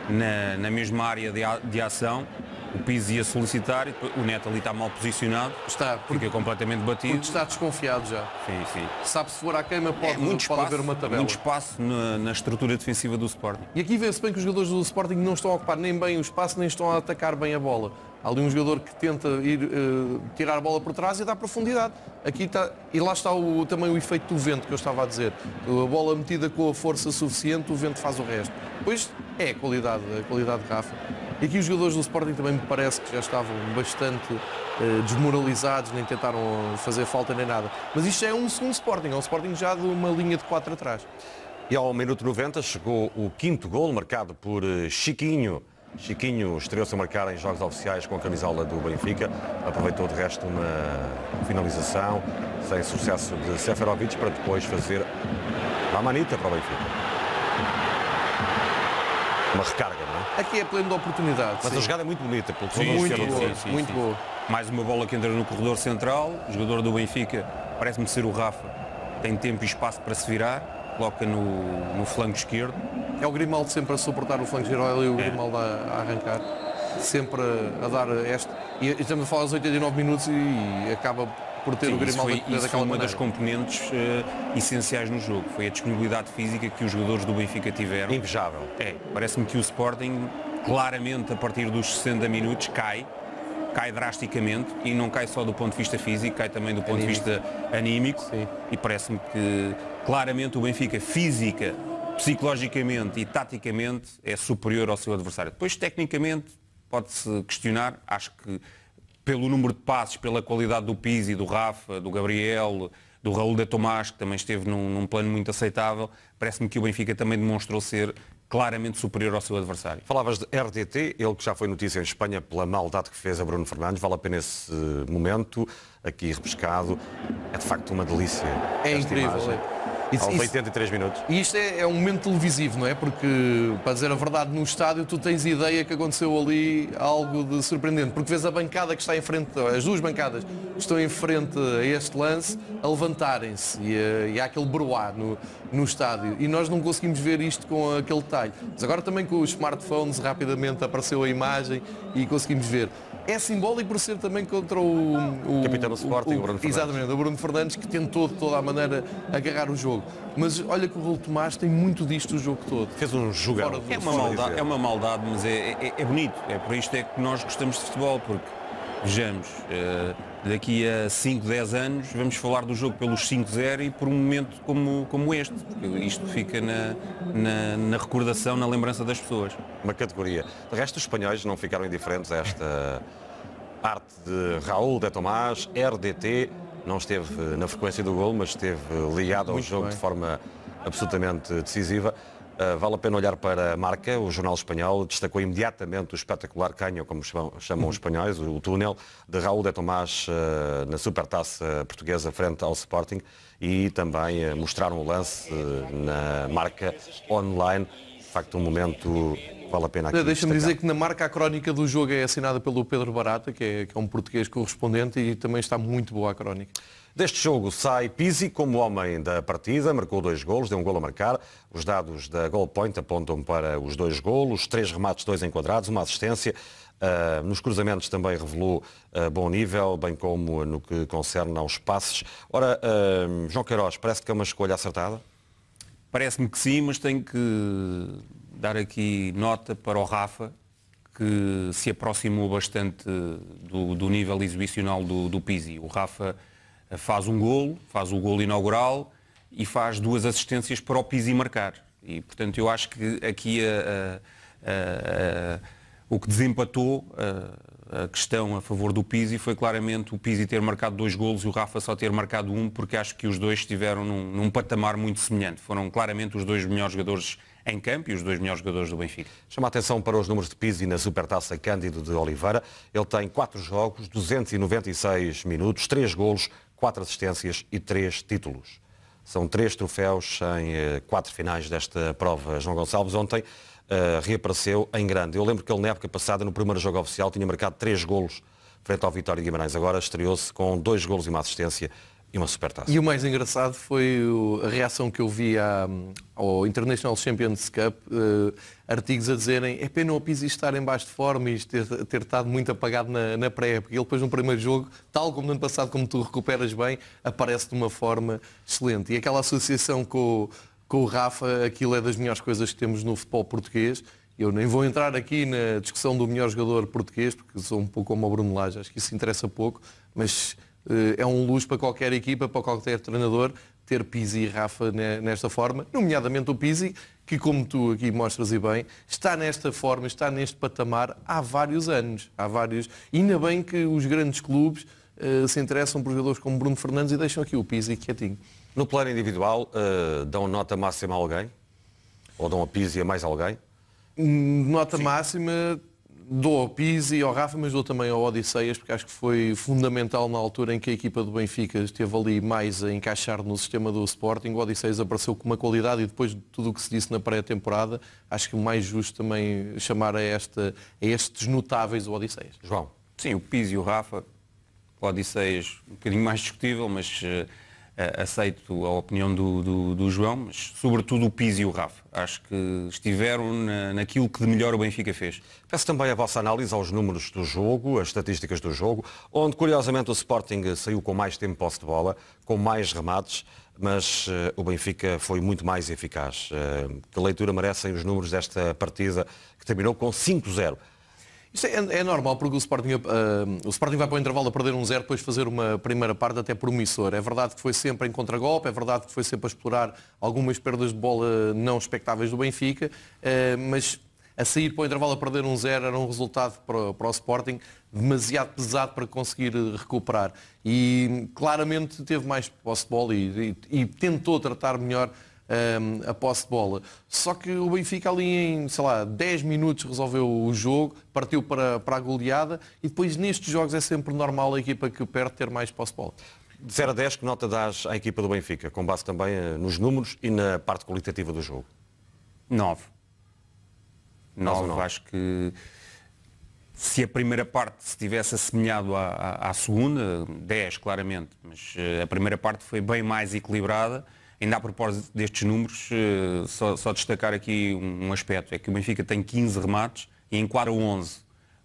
na mesma área de ação. O Pizzi a solicitar e depois o Neto ali está mal posicionado. Está, Fica completamente batido. porque está desconfiado já. Sim. Sabe, se for à queima pode haver uma tabela. muito espaço na estrutura defensiva do Sporting. E aqui vê-se bem que os jogadores do Sporting não estão a ocupar nem bem o espaço, nem estão a atacar bem a bola. Há ali um jogador que tenta ir tirar a bola por trás e dá profundidade. Aqui está, e lá está também o efeito do vento que eu estava a dizer. A bola metida com a força suficiente, o vento faz o resto. Depois é a qualidade de Rafa. E aqui os jogadores do Sporting também me parece que já estavam bastante desmoralizados, nem tentaram fazer falta nem nada. Mas isto é um segundo Sporting, é um Sporting já de uma linha de 4 atrás. E ao minuto 90 chegou o quinto gol, marcado por Chiquinho. Chiquinho estreou-se a marcar em jogos oficiais com a camisola do Benfica. Aproveitou de resto uma finalização sem sucesso de Seferovic para depois fazer a manita para o Benfica. Uma recarga, não é? Aqui é pleno de oportunidade. Mas sim. a jogada é muito bonita. Pelo que Muito boa. Mais uma bola que entra no corredor central. O jogador do Benfica, parece-me ser o Rafa, tem tempo e espaço para se virar. Coloca no flanco esquerdo. É o Grimaldo sempre a suportar o flanco geral e o Grimaldo a arrancar. Sempre a dar este. E estamos a falar aos 89 minutos e acaba por ter o Grimaldo a correr isso daquela foi uma maneira. das componentes essenciais no jogo. Foi a disponibilidade física que os jogadores do Benfica tiveram. Invejável. Parece-me que o Sporting, claramente, a partir dos 60 minutos, cai drasticamente e não cai só do ponto de vista físico, cai também do ponto de vista anímico. Sim. E parece-me que, claramente, o Benfica, física, psicologicamente e taticamente, é superior ao seu adversário. Depois, tecnicamente, pode-se questionar. Acho que, pelo número de passes, pela qualidade do Pizzi, do Rafa, do Gabriel, do Raul de Tomás, que também esteve num plano muito aceitável, parece-me que o Benfica também demonstrou ser claramente superior ao seu adversário. Falavas de RDT, ele que já foi notícia em Espanha pela maldade que fez a Bruno Fernandes. Vale a pena esse momento, aqui repescado. É de facto uma delícia. É esta incrível. imagem. Aos 83 minutos. E isto é um momento televisivo, não é? Porque, para dizer a verdade, no estádio tu tens ideia que aconteceu ali algo de surpreendente. Porque vês a bancada que está em frente, as duas bancadas que estão em frente a este lance, a levantarem-se. E há aquele broá no estádio. E nós não conseguimos ver isto com aquele detalhe. Mas agora também com os smartphones rapidamente apareceu a imagem e conseguimos ver. É simbólico por ser também contra o capitão do Sporting, o Bruno Fernandes. Exatamente, o Bruno Fernandes, que tentou de toda a maneira agarrar o jogo. Mas olha que o Raul Tomás tem muito disto o jogo todo. Fez um jogão. É uma maldade, mas é bonito. É por isto é que nós gostamos de futebol, porque, vejamos, daqui a 5, 10 anos vamos falar do jogo pelos 5-0 e por um momento como este. Isto fica na recordação, na lembrança das pessoas. Uma categoria. De resto, os espanhóis não ficaram indiferentes a esta arte de Raúl de Tomás, RDT. Não esteve na frequência do gol, mas esteve ligado ao jogo de forma absolutamente decisiva. Vale a pena olhar para a marca. O jornal espanhol destacou imediatamente o espetacular canho, como chamam os espanhóis, o túnel de Raúl de Tomás na Supertaça portuguesa frente ao Sporting, e também mostraram o lance na marca online. De facto, um momento vale a pena aqui. Deixa-me dizer que na marca a crónica do jogo é assinada pelo Pedro Barata, que é um português correspondente, e também está muito boa a crónica. Deste jogo sai Pizzi como homem da partida, marcou 2 golos, deu um golo a marcar. Os dados da Goal Point apontam para os 2 golos, 3 remates, 2 enquadrados, uma assistência. Nos cruzamentos também revelou bom nível, bem como no que concerne aos passes. Ora, João Queiroz, parece que é uma escolha acertada? Parece-me que sim, mas tenho que dar aqui nota para o Rafa, que se aproximou bastante do nível exibicional do Pizzi. O Rafa faz um golo, faz o golo inaugural e faz 2 assistências para o Pizzi marcar. E, portanto, eu acho que aqui o que desempatou a questão a favor do Pizzi foi claramente o Pizzi ter marcado 2 golos e o Rafa só ter marcado 1, porque acho que os dois estiveram num patamar muito semelhante. Foram claramente os 2 melhores jogadores em campo e os 2 melhores jogadores do Benfica. Chama a atenção para os números de Pizzi na Supertaça Cândido de Oliveira. Ele tem 4 jogos, 296 minutos, 3 golos, 4 assistências e 3 títulos. São 3 troféus em 4 finais desta prova. João Gonçalves ontem reapareceu em grande. Eu lembro que ele na época passada, no primeiro jogo oficial, tinha marcado 3 golos frente ao Vitória de Guimarães. Agora estreou-se com 2 golos e uma assistência e uma Supertaça. E o mais engraçado foi a reação que eu vi ao International Champions Cup, artigos a dizerem: é pena o Pizzi estar em baixo de forma e ter estado muito apagado na pré-época. Ele depois no primeiro jogo, tal como no ano passado, como tu recuperas bem, aparece de uma forma excelente. E aquela associação com o Rafa, aquilo é das melhores coisas que temos no futebol português. Eu nem vou entrar aqui na discussão do melhor jogador português, porque sou um pouco como o Bruno Lage, acho que isso interessa pouco, mas é um luxo para qualquer equipa, para qualquer treinador, ter Pizzi e Rafa nesta forma, nomeadamente o Pizzi, que, como tu aqui mostras e bem, está nesta forma, está neste patamar há vários anos. E ainda bem que os grandes clubes se interessam por jogadores como Bruno Fernandes e deixam aqui o Pizzi quietinho. No plano individual, dão nota máxima a alguém? Ou dão a Pizzi a mais alguém? Nota máxima... Dou ao Pizzi e ao Rafa, mas dou também ao Odisseias, porque acho que foi fundamental na altura em que a equipa do Benfica esteve ali mais a encaixar no sistema do Sporting. O Odisseias apareceu com uma qualidade, e depois de tudo o que se disse na pré-temporada, acho que o mais justo também chamar a estes notáveis o Odisseias. João? Sim, o Pizzi e o Rafa, o Odisseias um bocadinho mais discutível, mas aceito a opinião do João, mas sobretudo o Pizzi e o Rafa. Acho que estiveram naquilo que de melhor o Benfica fez. Peço também a vossa análise aos números do jogo, as estatísticas do jogo, onde curiosamente o Sporting saiu com mais tempo de posse de bola, com mais remates, mas o Benfica foi muito mais eficaz. Que leitura merecem os números desta partida que terminou com 5-0? Isto é normal, porque o Sporting vai para o intervalo a perder 1-0, depois fazer uma primeira parte até promissora. É verdade que foi sempre em contragolpe, é verdade que foi sempre a explorar algumas perdas de bola não expectáveis do Benfica, mas a sair para o intervalo a perder 1-0 era um resultado para o Sporting demasiado pesado para conseguir recuperar. E claramente teve mais posse de bola e tentou tratar melhor a posse de bola. Só que o Benfica ali em, 10 minutos resolveu o jogo, partiu para a goleada, e depois nestes jogos é sempre normal a equipa que perde ter mais posse de bola. De 0 a 10, que nota dás à equipa do Benfica, com base também nos números e na parte qualitativa do jogo? 9. Acho que se a primeira parte se tivesse assemelhado à segunda, 10 claramente, mas a primeira parte foi bem mais equilibrada. Ainda a propósito destes números, só destacar aqui um aspecto, é que o Benfica tem 15 remates e enquadra 11.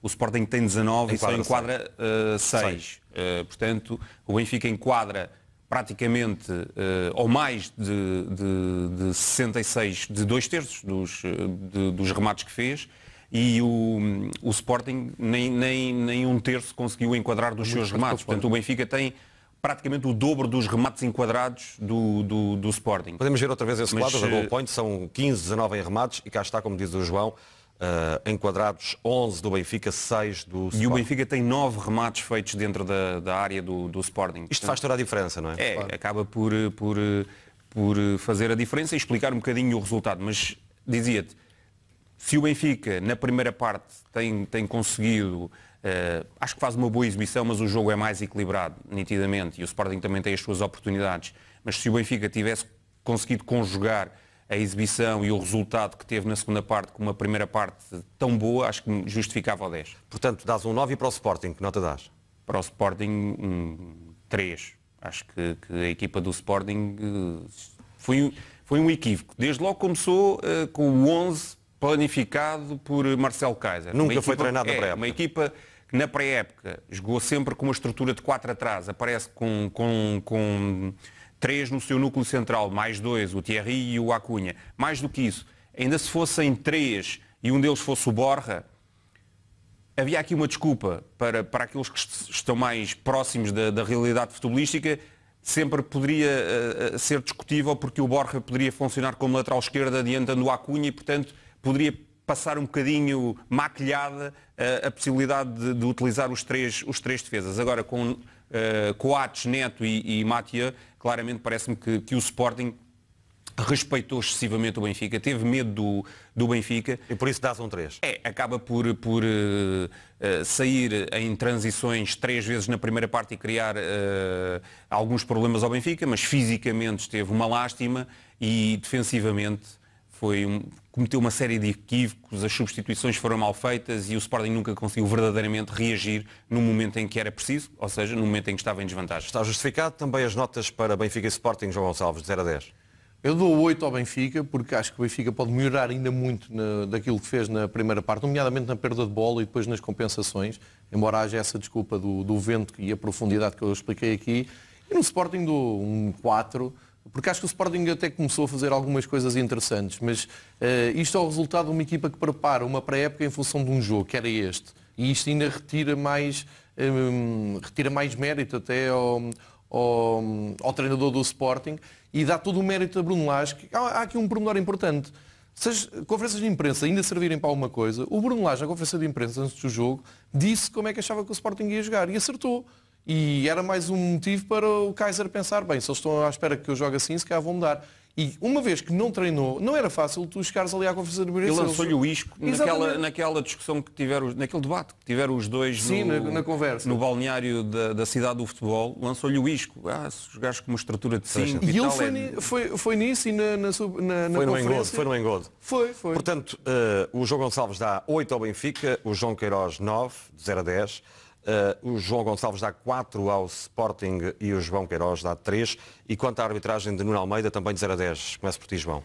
o Sporting tem 19 e só enquadra 6. Portanto, o Benfica enquadra praticamente ou mais de 66, de 2/3 dos remates que fez, e o Sporting nem 1/3 conseguiu enquadrar dos seus remates. Portanto, o Benfica tem praticamente o dobro dos remates enquadrados do Sporting. Podemos ver outra vez esse quadro da Goal Point, são 15, 19 em remates, e cá está, como diz o João, enquadrados 11 do Benfica, 6 do Sporting. E o Benfica tem 9 remates feitos dentro da área do Sporting. Isto faz toda a diferença, não é? Claro. Acaba por fazer a diferença e explicar um bocadinho o resultado. Mas dizia-te, se o Benfica na primeira parte tem conseguido, acho que faz uma boa exibição, mas o jogo é mais equilibrado, nitidamente, e o Sporting também tem as suas oportunidades. Mas se o Benfica tivesse conseguido conjugar a exibição e o resultado que teve na segunda parte com uma primeira parte tão boa, acho que justificava o 10. Portanto, dás um 9, e para o Sporting, que nota dás? Para o Sporting, 3. Acho que a equipa do Sporting foi um equívoco. Desde logo começou com o 11 planificado por Marcelo Kaiser. Nunca foi treinado na pré-época. Uma equipa que na pré-época jogou sempre com uma estrutura de 4 atrás, aparece com 3 no seu núcleo central, mais 2, o Thierry e o Acunha. Mais do que isso, ainda se fossem 3 e um deles fosse o Borja, havia aqui uma desculpa para aqueles que estão mais próximos da realidade futebolística. Sempre poderia ser discutível, porque o Borja poderia funcionar como lateral esquerda adiantando o Acunha e, portanto, poderia passar um bocadinho maquilhada a possibilidade de utilizar os três defesas. Agora, com Coates, Neto e Mathieu, claramente parece-me que o Sporting respeitou excessivamente o Benfica, teve medo do Benfica. E por isso dás um 3. Acaba por sair em transições 3 vezes na primeira parte e criar alguns problemas ao Benfica, mas fisicamente esteve uma lástima e defensivamente cometeu uma série de equívocos, as substituições foram mal feitas e o Sporting nunca conseguiu verdadeiramente reagir no momento em que era preciso, ou seja, no momento em que estava em desvantagem. Está justificado também as notas para Benfica e Sporting, João Gonçalves, de 0 a 10? Eu dou 8 ao Benfica, porque acho que o Benfica pode melhorar ainda muito daquilo que fez na primeira parte, nomeadamente na perda de bola e depois nas compensações, embora haja essa desculpa do vento e a profundidade que eu expliquei aqui. E no Sporting dou um 4, porque acho que o Sporting até começou a fazer algumas coisas interessantes, mas isto é o resultado de uma equipa que prepara uma pré-época em função de um jogo, que era este. E isto ainda retira mais mérito até ao treinador do Sporting e dá todo o mérito a Bruno Lage. Há aqui um pormenor importante. Se as conferências de imprensa ainda servirem para alguma coisa, o Bruno Lage, na conferência de imprensa antes do jogo, disse como é que achava que o Sporting ia jogar e acertou. E era mais um motivo para o Kaiser pensar, bem, se eles estão à espera que eu jogue assim, se calhar vão mudar. E uma vez que não treinou, não era fácil tu chegares ali à conferência de imprensa. Ele lançou-lhe o isco naquela discussão que tiveram, naquele debate que tiveram os dois. Sim, na conversa. No balneário da cidade do futebol, lançou-lhe o isco. Se jogares com uma estrutura de 5 e ele foi nisso e na conferência. Foi no engodo. Foi. Portanto, o João Gonçalves dá 8 ao Benfica, o João Queiroz 9, de 0 a 10. O João Gonçalves dá 4 ao Sporting e o João Queiroz dá 3. E quanto à arbitragem de Nuno Almeida, também de 0 a 10. Começo por ti, João.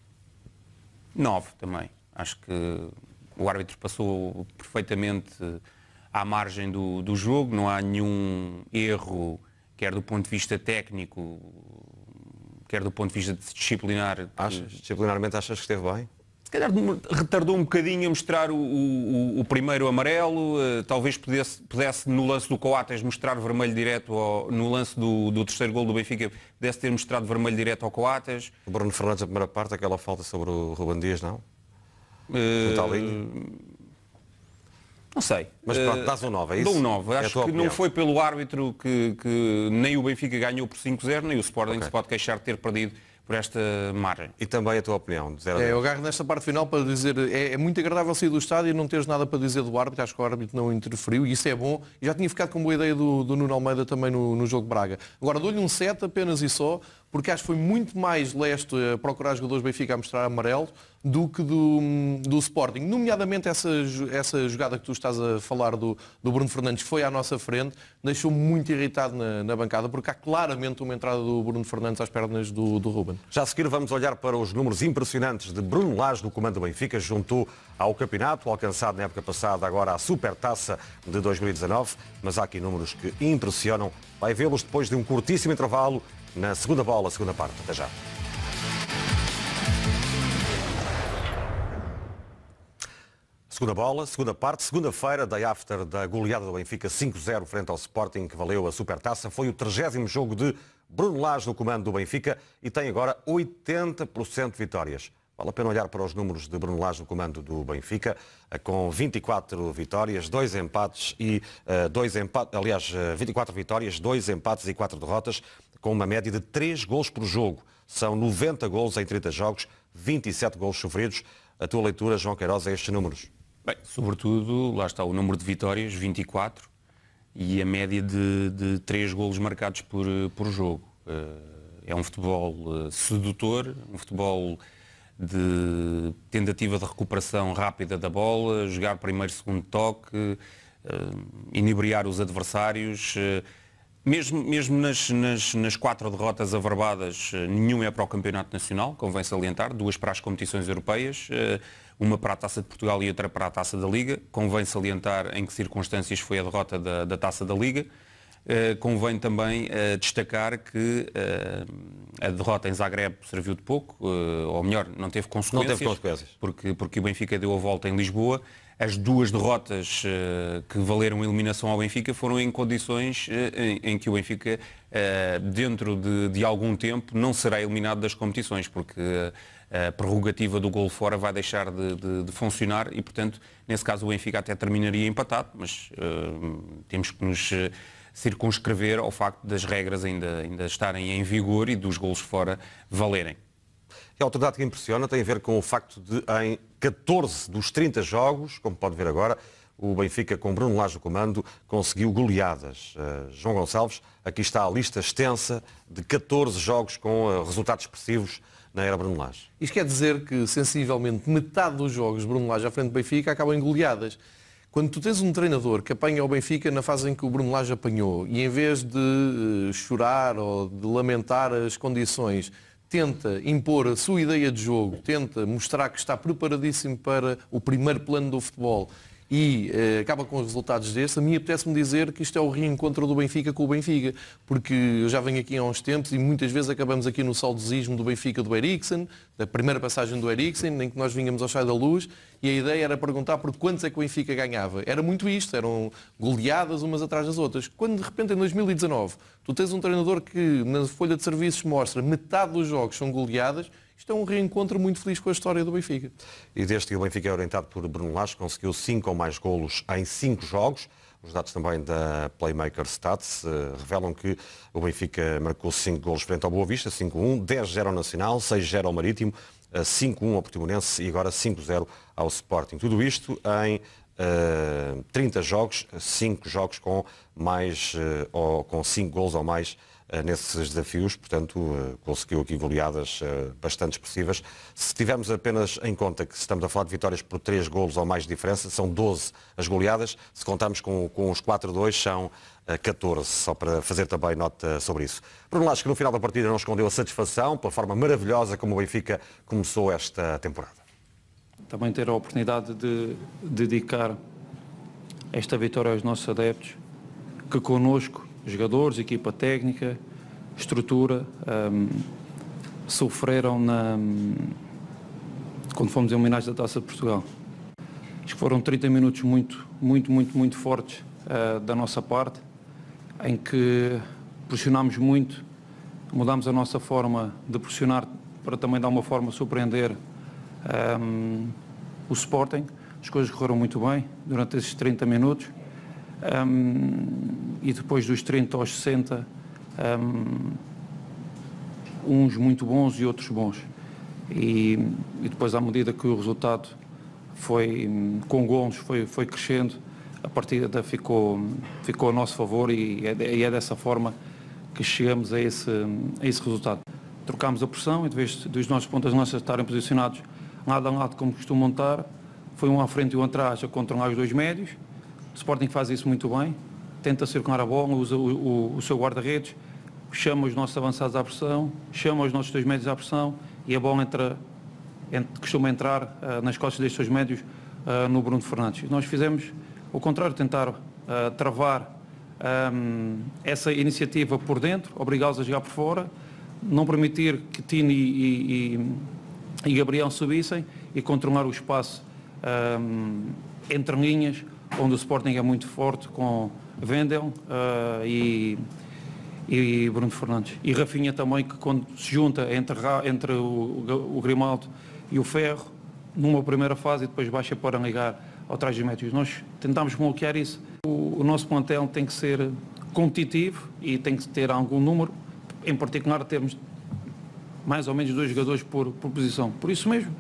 9 também. Acho que o árbitro passou perfeitamente à margem do jogo. Não há nenhum erro, quer do ponto de vista técnico, quer do ponto de vista disciplinar. Disciplinarmente achas que esteve bem? Se calhar retardou um bocadinho a mostrar o primeiro amarelo, talvez pudesse no lance do Coates mostrar vermelho direto, no lance do terceiro gol do Benfica, pudesse ter mostrado vermelho direto ao Coates. O Bruno Fernandes, na primeira parte, aquela falta sobre o Ruben Dias, não? Não sei. Mas pronto, dás um 9, é isso? Dou um 9. Acho que não foi pelo árbitro que nem o Benfica ganhou por 5-0, nem o Sporting se pode queixar de ter perdido por esta margem. E também a tua opinião, de 0 a 10? Eu agarro nesta parte final para dizer, é muito agradável sair do estádio e não teres nada para dizer do árbitro, acho que o árbitro não interferiu e isso é bom. E já tinha ficado com boa ideia do Nuno Almeida também no jogo de Braga. Agora dou-lhe um 7 apenas e só, porque acho que foi muito mais leste a procurar jogadores do Benfica a mostrar amarelo do que do Sporting. Nomeadamente essa jogada que tu estás a falar do Bruno Fernandes, que foi à nossa frente, deixou-me muito irritado na bancada, porque há claramente uma entrada do Bruno Fernandes às pernas do Ruben. Já a seguir vamos olhar para os números impressionantes de Bruno Lage no comando do Benfica, juntou ao campeonato, alcançado na época passada, agora à Supertaça de 2019, mas há aqui números que impressionam. Vai vê-los depois de um curtíssimo intervalo na segunda bola, segunda parte. Até já. Segunda bola, segunda parte, segunda-feira, day after da goleada do Benfica 5-0 frente ao Sporting, que valeu a Supertaça. Foi o 30º jogo de Bruno Lage no comando do Benfica e tem agora 80% de vitórias. Vale a pena olhar para os números de Bruno Lage no comando do Benfica, com 24 vitórias, 2 empates e 24 vitórias, 2 empates e 4 derrotas, com uma média de 3 golos por jogo. São 90 golos em 30 jogos, 27 golos sofridos. A tua leitura, João Queiroz, a estes números? Bem, sobretudo, lá está o número de vitórias, 24, e a média de 3 golos marcados por jogo. É um futebol sedutor, um futebol de tentativa de recuperação rápida da bola, jogar primeiro, segundo toque, inebriar os adversários. Mesmo nas 4 derrotas averbadas, nenhuma é para o Campeonato Nacional, convém salientar, 2 para as competições europeias, uma para a Taça de Portugal e outra para a Taça da Liga. Convém salientar em que circunstâncias foi a derrota da Taça da Liga. Convém também destacar que a derrota em Zagreb serviu de pouco, ou melhor, não teve consequências, porque o Benfica deu a volta em Lisboa. As 2 derrotas que valeram a eliminação ao Benfica foram em condições em que o Benfica, dentro de algum tempo, não será eliminado das competições, porque a prerrogativa do golo fora vai deixar de funcionar e, portanto, nesse caso o Benfica até terminaria empatado, mas temos que nos circunscrever ao facto das regras ainda estarem em vigor e dos golos fora valerem. E a outra dado que impressiona tem a ver com o facto de, em 14 dos 30 jogos, como pode ver agora, o Benfica, com Bruno Lage no comando, conseguiu goleadas. João Gonçalves, aqui está a lista extensa de 14 jogos com resultados expressivos na era Bruno Lage. Isto quer dizer que, sensivelmente, metade dos jogos de Bruno Lage à frente do Benfica acabam em goleadas. Quando tu tens um treinador que apanha o Benfica na fase em que o Bruno Lage apanhou e, em vez de chorar ou de lamentar as condições, tenta impor a sua ideia de jogo, tenta mostrar que está preparadíssimo para o primeiro plano do futebol e acaba com os resultados destes, a mim apetece-me dizer que isto é o reencontro do Benfica com o Benfica, porque eu já venho aqui há uns tempos e muitas vezes acabamos aqui no saudosismo do Benfica do Eriksen, da primeira passagem do Eriksen, em que nós vinhamos ao Sai da Luz, e a ideia era perguntar por quantos é que o Benfica ganhava. Era muito isto, eram goleadas umas atrás das outras. Quando de repente em 2019 tu tens um treinador que na folha de serviços mostra metade dos jogos são goleadas, isto é um reencontro muito feliz com a história do Benfica. E desde que o Benfica é orientado por Bruno Lage, conseguiu 5 ou mais golos em 5 jogos. Os dados também da Playmaker Stats revelam que o Benfica marcou 5 golos frente ao Boa Vista, 5-1, 10-0 ao Nacional, 6-0 ao Marítimo, 5-1 ao Portimonense e agora 5-0 ao Sporting. Tudo isto em 30 jogos, 5 jogos com mais ou com 5 golos ou mais nesses desafios, portanto conseguiu aqui goleadas bastante expressivas. Se tivermos apenas em conta que estamos a falar de vitórias por 3 golos ou mais de diferença, são 12 as goleadas. Se contarmos com os 4-2, são 14, só para fazer também nota sobre isso. Bruno Lage, que no final da partida não escondeu a satisfação pela forma maravilhosa como o Benfica começou esta temporada. Também ter a oportunidade de dedicar esta vitória aos nossos adeptos, que connosco, jogadores, equipa técnica, estrutura, sofreram quando fomos eliminados da Taça de Portugal. Acho que foram 30 minutos muito fortes da nossa parte, em que pressionámos muito, mudámos a nossa forma de pressionar para também dar uma forma de surpreender o Sporting. As coisas correram muito bem durante esses 30 minutos. E depois dos 30 aos 60, uns muito bons e outros bons. E depois, à medida que o resultado foi, com gols, foi crescendo, a partida ficou a nosso favor e é dessa forma que chegamos a esse resultado. trocámos a pressão, em vez dos nossos pontas lanças estarem posicionados lado a lado como costumam estar, foi um à frente e um atrás a controlar os dois médios. O Sporting faz isso muito bem, tenta circular a bola, usa o seu guarda-redes, chama os nossos avançados à pressão, chama os nossos dois médios à pressão e a bola costuma entrar nas costas destes dois médios no Bruno Fernandes. Nós fizemos o contrário, tentar travar essa iniciativa por dentro, obrigá-los a jogar por fora, não permitir que Tino e Gabriel subissem e controlar o espaço entre linhas, onde o Sporting é muito forte com Wendel e Bruno Fernandes. E Rafinha também, que quando se junta entre o Grimaldo e o Ferro, numa primeira fase e depois baixa para ligar ao trás dos médios. Nós tentámos bloquear isso. O nosso plantel tem que ser competitivo e tem que ter algum número, em particular termos mais ou menos 2 jogadores por posição. Por isso mesmo,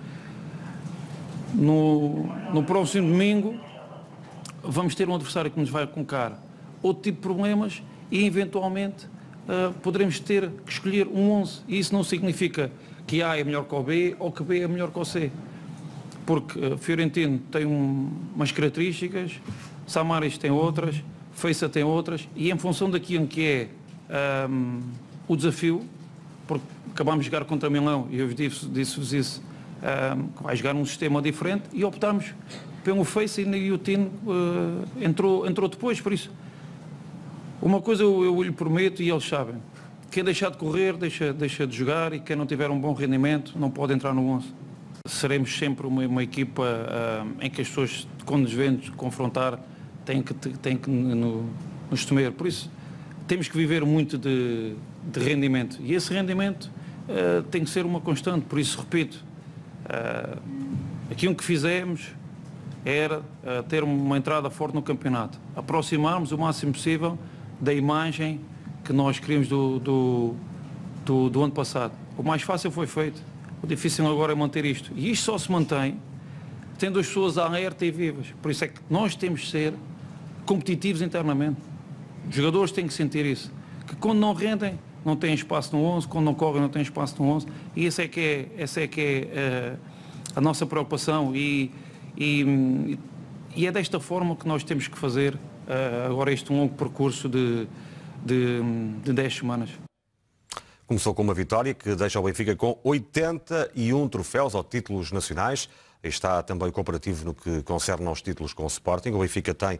no próximo domingo, vamos ter um adversário que nos vai colocar outro tipo de problemas e, eventualmente, poderemos ter que escolher um 11. E isso não significa que A é melhor que o B ou que B é melhor que o C. Porque Fiorentino tem umas características, Samaris tem outras, Feiça tem outras, e em função daquilo que é o desafio, porque acabámos de jogar contra Milão, e eu disse-vos isso, que vai jogar um sistema diferente, e optámos pelo Feiça e o Tino entrou depois, por isso. Uma coisa eu lhe prometo, e eles sabem, quem deixar de correr, deixa de jogar, e quem não tiver um bom rendimento não pode entrar no 11. Seremos sempre uma equipa em que as pessoas, quando nos vêm confrontar, têm que nos temer. Por isso, temos que viver muito de rendimento. E esse rendimento tem que ser uma constante. Por isso, repito, aquilo que fizemos era ter uma entrada forte no campeonato. Aproximarmos o máximo possível da imagem que nós queríamos do ano passado. O mais fácil foi feito. O difícil agora é manter isto. E isto só se mantém tendo as pessoas alerta e vivas. Por isso é que nós temos de ser competitivos internamente. Os jogadores têm que sentir isso. Que quando não rendem, não têm espaço no 11, quando não correm, não têm espaço no 11. E essa é que é a nossa preocupação. E é desta forma que nós temos que fazer agora este longo percurso de 10 semanas. Começou com uma vitória que deixa o Benfica com 81 troféus ou títulos nacionais. Aí está também o comparativo no que concerne aos títulos com o Sporting. O Benfica tem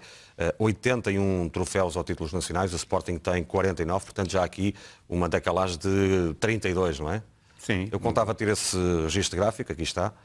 81 troféus ou títulos nacionais, o Sporting tem 49, portanto já aqui uma decalagem de 32, não é? Sim. Eu contava ter esse registro gráfico, aqui está.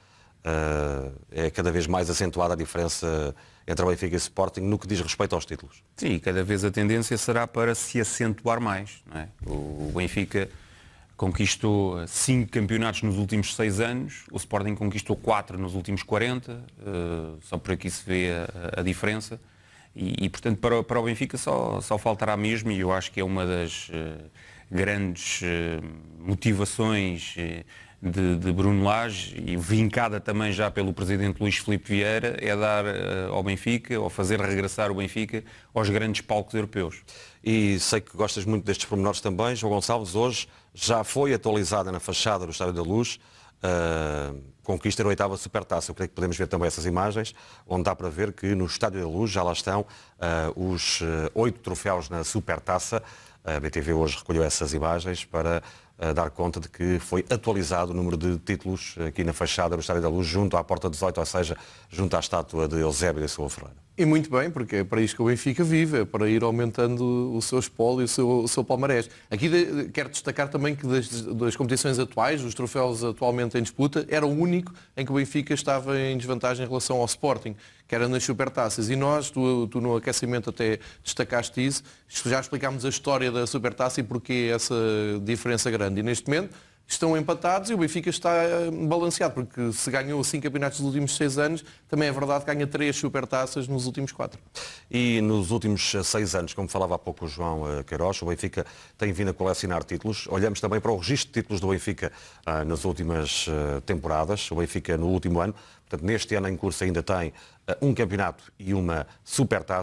É cada vez mais acentuada a diferença entre o Benfica e o Sporting no que diz respeito aos títulos. Sim, cada vez a tendência será para se acentuar mais, não é? O Benfica conquistou 5 campeonatos nos últimos 6 anos, o Sporting conquistou 4 nos últimos 40, só por aqui se vê a diferença. E portanto, para o Benfica só faltará mesmo, e eu acho que é uma das grandes motivações de Bruno Lage, e vincada também já pelo presidente Luís Filipe Vieira, é dar ao Benfica, ou fazer regressar o Benfica aos grandes palcos europeus. E sei que gostas muito destes pormenores também. João Gonçalves, hoje já foi atualizada na fachada do Estádio da Luz conquista da 8ª Supertaça. Eu creio que podemos ver também essas imagens, onde dá para ver que no Estádio da Luz já lá estão os 8 troféus na Supertaça. A BTV hoje recolheu essas imagens para dar conta de que foi atualizado o número de títulos aqui na fachada do Estádio da Luz, junto à porta 18, ou seja, junto à estátua de Eusébio da Silva Ferreira. E muito bem, porque é para isto que o Benfica vive, é para ir aumentando o seu espólio e o seu palmarés. Aqui quero destacar também que das competições atuais, os troféus atualmente em disputa, era o único em que o Benfica estava em desvantagem em relação ao Sporting, que era nas Supertaças. E nós, tu no aquecimento até destacaste isso, já explicámos a história da Supertaça e porquê essa diferença grande. E neste momento estão empatados e o Benfica está balanceado, porque se ganhou 5 campeonatos nos últimos 6 anos, também é verdade que ganha 3 supertaças nos últimos 4. E nos últimos 6 anos, como falava há pouco o João Queiroz, o Benfica tem vindo a colecionar títulos. Olhamos também para o registro de títulos do Benfica nas últimas temporadas. O Benfica no último ano, portanto neste ano em curso ainda tem um campeonato e uma supertaça.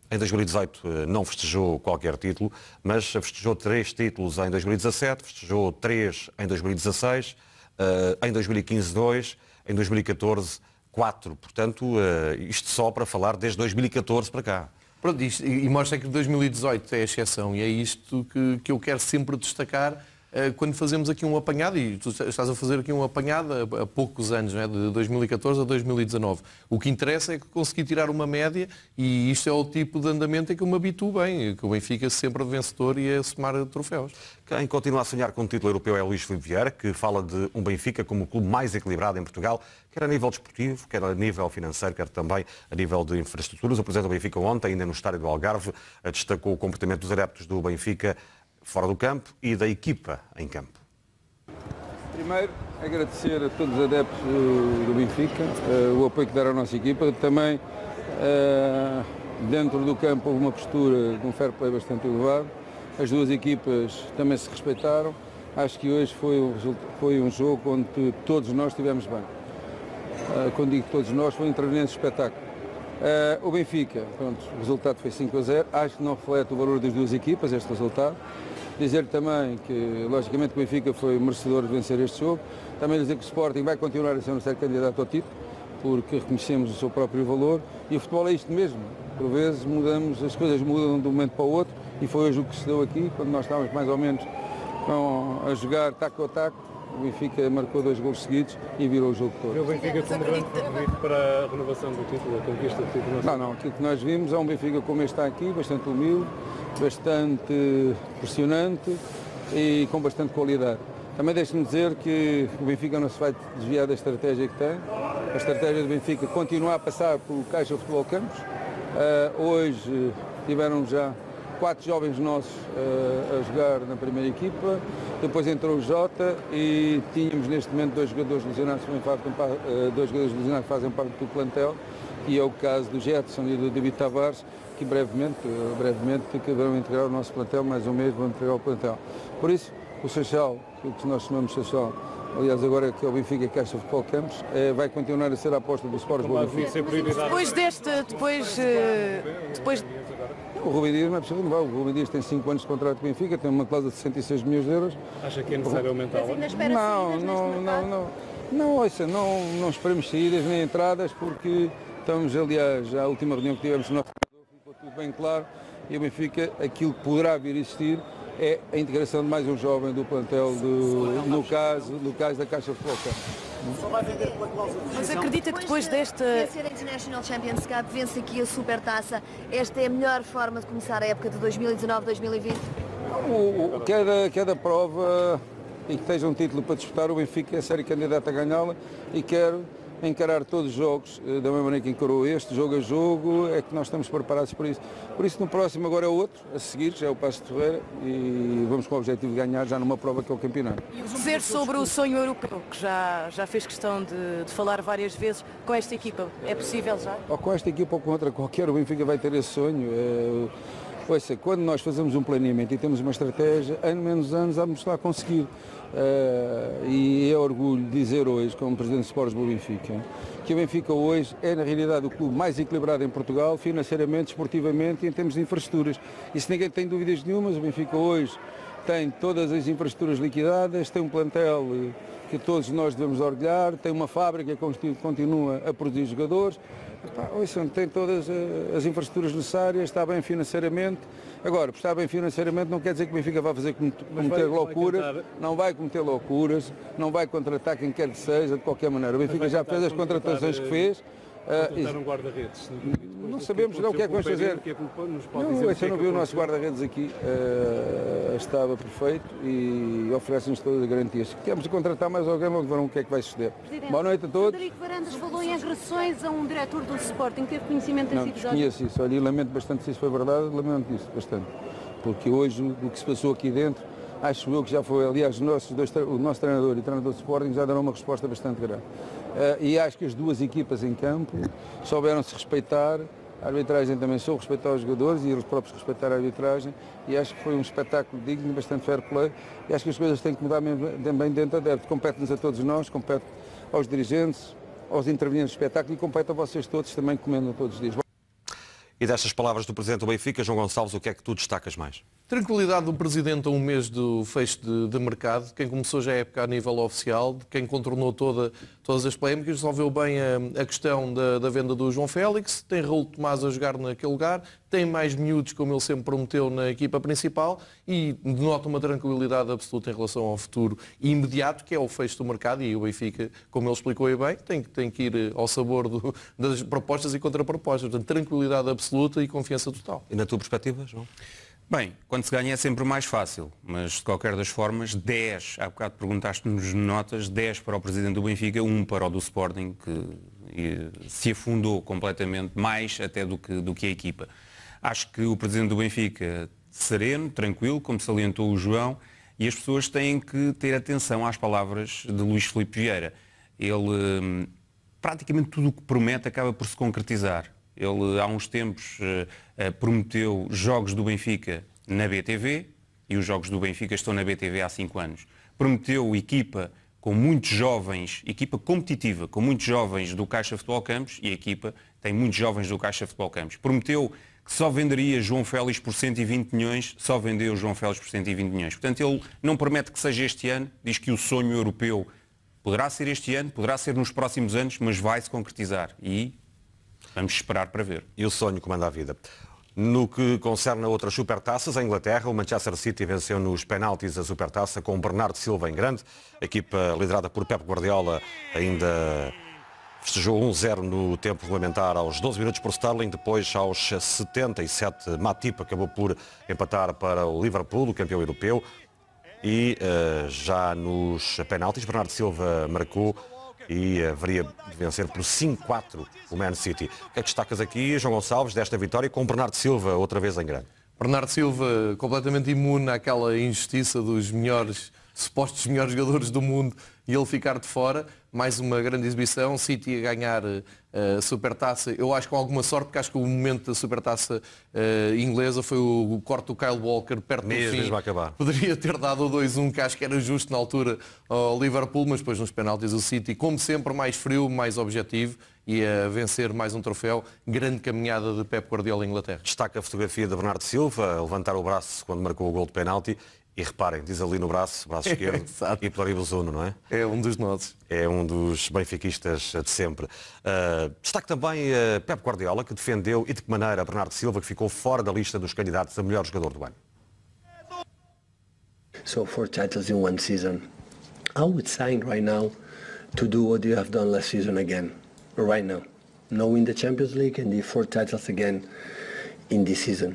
Em 2018 não festejou qualquer título, mas festejou 3 títulos em 2017, festejou 3 em 2016, em 2015 2, em 2014 4. Portanto, isto só para falar desde 2014 para cá. Pronto, e mostra que 2018 é a exceção e é isto que eu quero sempre destacar quando fazemos aqui um apanhado, e tu estás a fazer aqui um apanhado há poucos anos, não é? De 2014 a 2019. O que interessa é conseguir tirar uma média e isto é o tipo de andamento em que eu me habituo bem, que o Benfica sempre vencedor e a somar troféus. Quem continua a sonhar com o título europeu é o Luís Filipe Vieira, que fala de um Benfica como o clube mais equilibrado em Portugal, quer a nível desportivo, quer a nível financeiro, quer também a nível de infraestruturas. O presidente do Benfica ontem, ainda no estádio do Algarve, destacou o comportamento dos adeptos do Benfica fora do campo e da equipa em campo. Primeiro, agradecer a todos os adeptos do Benfica o apoio que deram à nossa equipa. Também, dentro do campo, houve uma postura de um fair play bastante elevado. As duas equipas também se respeitaram. Acho que hoje foi um jogo onde todos nós estivemos bem. Quando digo todos nós, foi um interveniente espetáculo. O Benfica, pronto, o resultado foi 5-0. Acho que não reflete o valor das duas equipas, este resultado. Dizer também que, logicamente, o Benfica foi merecedor de vencer este jogo. Também dizer que o Sporting vai continuar a ser um sério candidato ao título, porque reconhecemos o seu próprio valor. E o futebol é isto mesmo. Por vezes as coisas mudam de um momento para o outro, e foi hoje o que se deu aqui, quando nós estávamos mais ou menos a jogar taco a taco. O Benfica marcou 2 gols seguidos e virou o jogo todo. O Benfica como grande favorito para a renovação do título, a conquista do título? Não, aquilo que nós vimos é um Benfica como este está aqui, bastante humilde, bastante pressionante e com bastante qualidade. Também deixe-me dizer que o Benfica não se vai desviar da estratégia que tem. A estratégia do Benfica continua a passar pelo Caixa Futebol Campos. Hoje tiveram já 4 jovens nossos a jogar na primeira equipa, depois entrou o Jota e tínhamos neste momento 2 jogadores lesionados que fazem parte do plantel, e é o caso do Jetson e do David Tavares, que brevemente vão integrar o nosso plantel, mais um mês vão integrar o plantel. Por isso, o Seixal, o que nós chamamos de Seixal, aliás agora que é o Benfica Caixa Futebol Campos, vai continuar a ser a aposta do Sport Boa Benfica. Depois o Rubem Dias não é preciso renovar. O Rubem Dias tem 5 anos de contrato com o Benfica, tem uma cláusula de 66 milhões de euros. Acha que é necessário aumentá-la? Não esperamos saídas nem entradas, porque estamos, aliás, à última reunião que tivemos no nosso treinador, ficou tudo bem claro, e o Benfica, aquilo que poderá vir a existir é a integração de mais um jovem do plantel, no caso da Caixa de Futebol. Mas acredita que depois desta... Vencer a International Champions Cup, vence aqui a Supertaça, esta é a melhor forma de começar a época de 2019-2020? Cada prova em que esteja um título para disputar, o Benfica é sério candidato a ganhá-la e quero encarar todos os jogos da mesma maneira que encarou este, jogo a jogo, é que nós estamos preparados para isso. Por isso, no próximo agora é outro, a seguir, já é o Paços de Ferreira, e vamos com o objetivo de ganhar já numa prova que é o campeonato. E dizer sobre o sonho europeu, que já fez questão de falar várias vezes, com esta equipa, é possível já? Ou com esta equipa ou com outra qualquer, o Benfica vai ter esse sonho. Ouça, quando nós fazemos um planeamento e temos uma estratégia, ano menos anos, vamos lá conseguir. E é orgulho dizer hoje, como Presidente do Sport Boa Benfica, que o Benfica hoje é na realidade o clube mais equilibrado em Portugal, financeiramente, esportivamente e em termos de infraestruturas. E se ninguém tem dúvidas nenhumas, o Benfica hoje tem todas as infraestruturas liquidadas, tem um plantel que todos nós devemos orgulhar, tem uma fábrica que continua a produzir jogadores. Tem todas as infraestruturas necessárias, está bem financeiramente. Agora, por estar bem financeiramente não quer dizer que o Benfica vai cometer loucuras, não vai cometer loucuras, não vai contratar quem quer que seja, de qualquer maneira. O Benfica já fez as contratações que fez. Um guarda-redes. Não sabemos o que é que vamos fazer. Eu não vi o nosso guarda-redes aqui, estava perfeito e oferece-nos todas as garantias. Se queremos contratar mais alguém, vamos ver o que é que vai suceder. Boa noite a todos. Frederico Varandas falou em agressões a um diretor do Sporting, teve conhecimento desse episódio? Não, desconheço isso. Olha, e lamento bastante se isso foi verdade, lamento isso bastante. Porque hoje o que se passou aqui dentro, acho eu que já foi, aliás, o nosso treinador e o treinador do Sporting já deram uma resposta bastante grande. E acho que as duas equipas em campo souberam se respeitar, a arbitragem também soube respeitar os jogadores e eles próprios respeitar a arbitragem, e acho que foi um espetáculo digno, bastante fair play, e acho que as coisas têm que mudar também dentro da adepto. Compete-nos a todos nós, compete aos dirigentes, aos intervenientes do espetáculo e compete a vocês todos também que comendam todos os dias. E destas palavras do Presidente do Benfica, João Gonçalves, o que é que tu destacas mais? Tranquilidade do Presidente a um mês do fecho de mercado, quem começou já a época a nível oficial, quem contornou todas as polémicas, resolveu bem a questão da venda do João Félix, tem Raul Tomás a jogar naquele lugar, tem mais miúdos, como ele sempre prometeu, na equipa principal e denota uma tranquilidade absoluta em relação ao futuro imediato, que é o fecho do mercado, e o Benfica, como ele explicou aí bem, tem que ir ao sabor das propostas e contrapropostas. Portanto, tranquilidade absoluta e confiança total. E na tua perspectiva, João? Bem, quando se ganha é sempre mais fácil, mas de qualquer das formas, 10, há bocado perguntaste-nos notas, 10 para o Presidente do Benfica, 1 para o do Sporting, que se afundou completamente, mais até do que a equipa. Acho que o Presidente do Benfica, sereno, tranquilo, como salientou o João, e as pessoas têm que ter atenção às palavras de Luís Filipe Vieira. Ele, praticamente tudo o que promete acaba por se concretizar. Ele, há uns tempos, prometeu jogos do Benfica na BTV, e os jogos do Benfica estão na BTV há 5 anos. Prometeu equipa com muitos jovens, equipa competitiva, com muitos jovens do Caixa Futebol Campos, e a equipa tem muitos jovens do Caixa Futebol Campos. Prometeu que só venderia João Félix por 120 milhões, só vendeu João Félix por 120 milhões. Portanto, ele não promete que seja este ano, diz que o sonho europeu poderá ser este ano, poderá ser nos próximos anos, mas vai se concretizar. E vamos esperar para ver. E o sonho comanda a vida. No que concerne a outras supertaças, em Inglaterra, o Manchester City venceu nos penaltis a supertaça com Bernardo Silva em grande. A equipa liderada por Pep Guardiola ainda festejou 1-0 no tempo regulamentar aos 12 minutos por Sterling. Depois, aos 77, Matip acabou por empatar para o Liverpool, o campeão europeu. E já nos penaltis, Bernardo Silva marcou e haveria de vencer por 5-4 o Man City. O que é que destacas aqui, João Gonçalves, desta vitória com Bernardo Silva outra vez em grande? Bernardo Silva completamente imune àquela injustiça dos supostos melhores jogadores do mundo e ele ficar de fora. Mais uma grande exibição, City a ganhar a Supertaça, eu acho com alguma sorte, porque acho que o momento da Supertaça inglesa foi o corte do Kyle Walker perto do fim. Mesmo a acabar. Poderia ter dado o 2-1, que acho que era justo na altura ao Liverpool, mas depois nos penaltis o City, como sempre, mais frio, mais objetivo e a vencer mais um troféu. Grande caminhada de Pep Guardiola em Inglaterra. Destaca a fotografia de Bernardo Silva a levantar o braço quando marcou o gol de penalti. E reparem, diz ali no braço esquerdo, e Pluribus Uno, não é? É um dos nossos. É um dos benfiquistas de sempre. Destaque também Pep Guardiola, que defendeu e de que maneira Bernardo Silva, que ficou fora da lista dos candidatos a melhor jogador do ano. So 4 titles in one season. I would sign right now to do what you have done last season again. Right now. No win the Champions League and the 4 titles again in this season.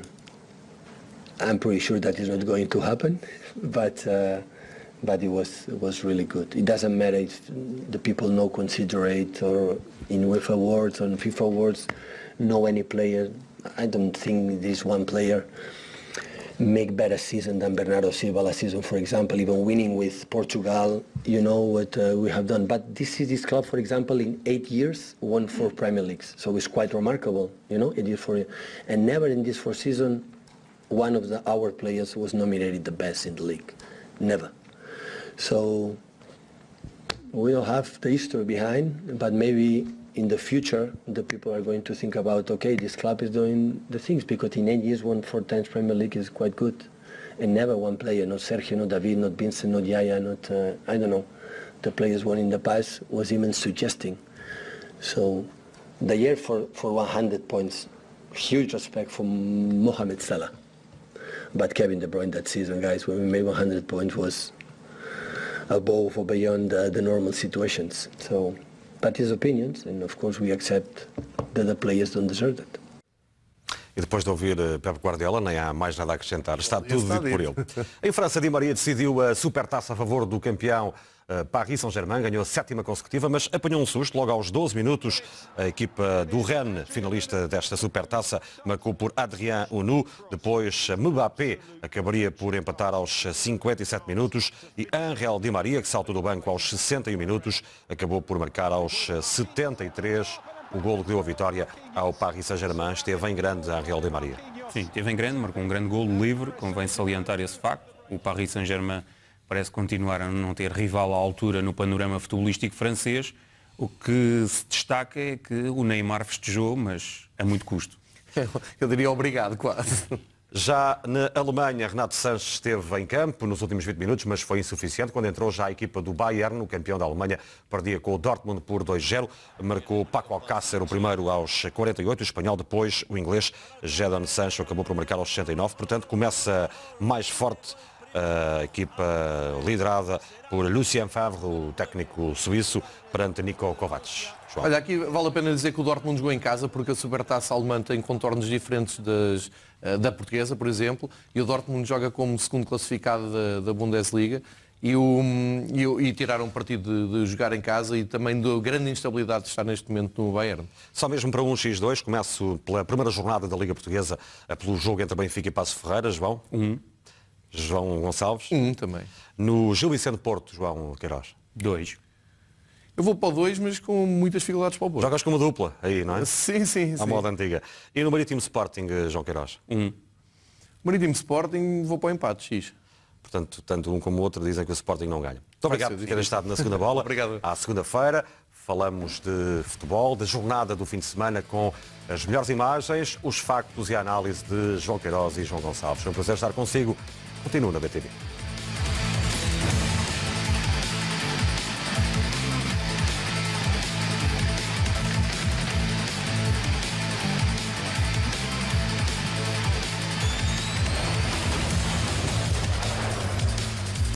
I'm pretty sure that is not going to happen, but it was really good. It doesn't matter if the people no consider it or in UEFA awards or in FIFA awards know any player. I don't think this one player make better season than Bernardo Silva last season, for example, even winning with Portugal. You know what we have done. But this club, for example, in 8 years won 4 Premier Leagues, so it's quite remarkable. You know, it is and never in this 4 season one of our players was nominated the best in the league. Never. So we don't have the history behind, but maybe in the future the people are going to think about, okay, this club is doing the things, because in 8 years won 4 times Premier League is quite good. And never one player, not Sergio, not David, not Vincent, not Yaya, not, I don't know, the players won in the past was even suggesting. So the year for 100 points, huge respect for Mohamed Salah. But Kevin De Bruyne that season, guys, when we made 100 points was above or beyond the normal situations. So, but his opinions, and of course we accept that the players don't deserve it. E depois de ouvir Pep Guardiola, nem há mais nada a acrescentar. Está tudo dito por ele. Em França, Di Maria decidiu a supertaça a favor do campeão Paris Saint-Germain, ganhou a 7ª consecutiva, mas apanhou um susto. Logo aos 12 minutos, a equipa do Rennes, finalista desta supertaça, marcou por Adrien Hunou. Depois, Mbappé acabaria por empatar aos 57 minutos e Ángel Di Maria, que saltou do banco aos 61 minutos, acabou por marcar aos 73 o golo que deu a vitória ao Paris Saint-Germain. Esteve em grande Ángel Di Maria. Sim, esteve em grande, marcou um grande golo livre, convém salientar esse facto. O Paris Saint-Germain parece continuar a não ter rival à altura no panorama futebolístico francês. O que se destaca é que o Neymar festejou, mas a muito custo. Eu diria obrigado, quase. Já na Alemanha, Renato Sanches esteve em campo nos últimos 20 minutos, mas foi insuficiente. Quando entrou já a equipa do Bayern, o campeão da Alemanha, perdia com o Dortmund por 2-0. Marcou Paco Alcácer o primeiro aos 48, o espanhol depois, o inglês Jadon Sancho acabou por marcar aos 69. Portanto, começa mais forte a equipa liderada por Lucien Favre, o técnico suíço, perante Niko Kovac. João. Olha, aqui vale a pena dizer que o Dortmund jogou em casa porque a Supertaça alemã tem contornos diferentes da portuguesa, por exemplo, e o Dortmund joga como segundo classificado da Bundesliga e tiraram partido de jogar em casa e também da grande instabilidade de estar neste momento no Bayern. Só mesmo para um X2, começo pela primeira jornada da Liga Portuguesa, pelo jogo entre Benfica e Paço Ferreira, João. João Gonçalves. Também. No Gil Vicente Porto, João Queiroz. 2. Eu vou para o 2, mas com muitas dificuldades para o Porto. Jogas com uma dupla aí, não é? Sim. À moda antiga. E no Marítimo Sporting, João Queiroz? Marítimo Sporting, vou para o empate, X. Portanto, tanto um como o outro dizem que o Sporting não ganha. Muito obrigado por terem estado na segunda bola. Obrigado. À segunda-feira falamos de futebol, da jornada do fim de semana com as melhores imagens, os factos e a análise de João Queiroz e João Gonçalves. Foi um prazer estar consigo. Continuo na BTV.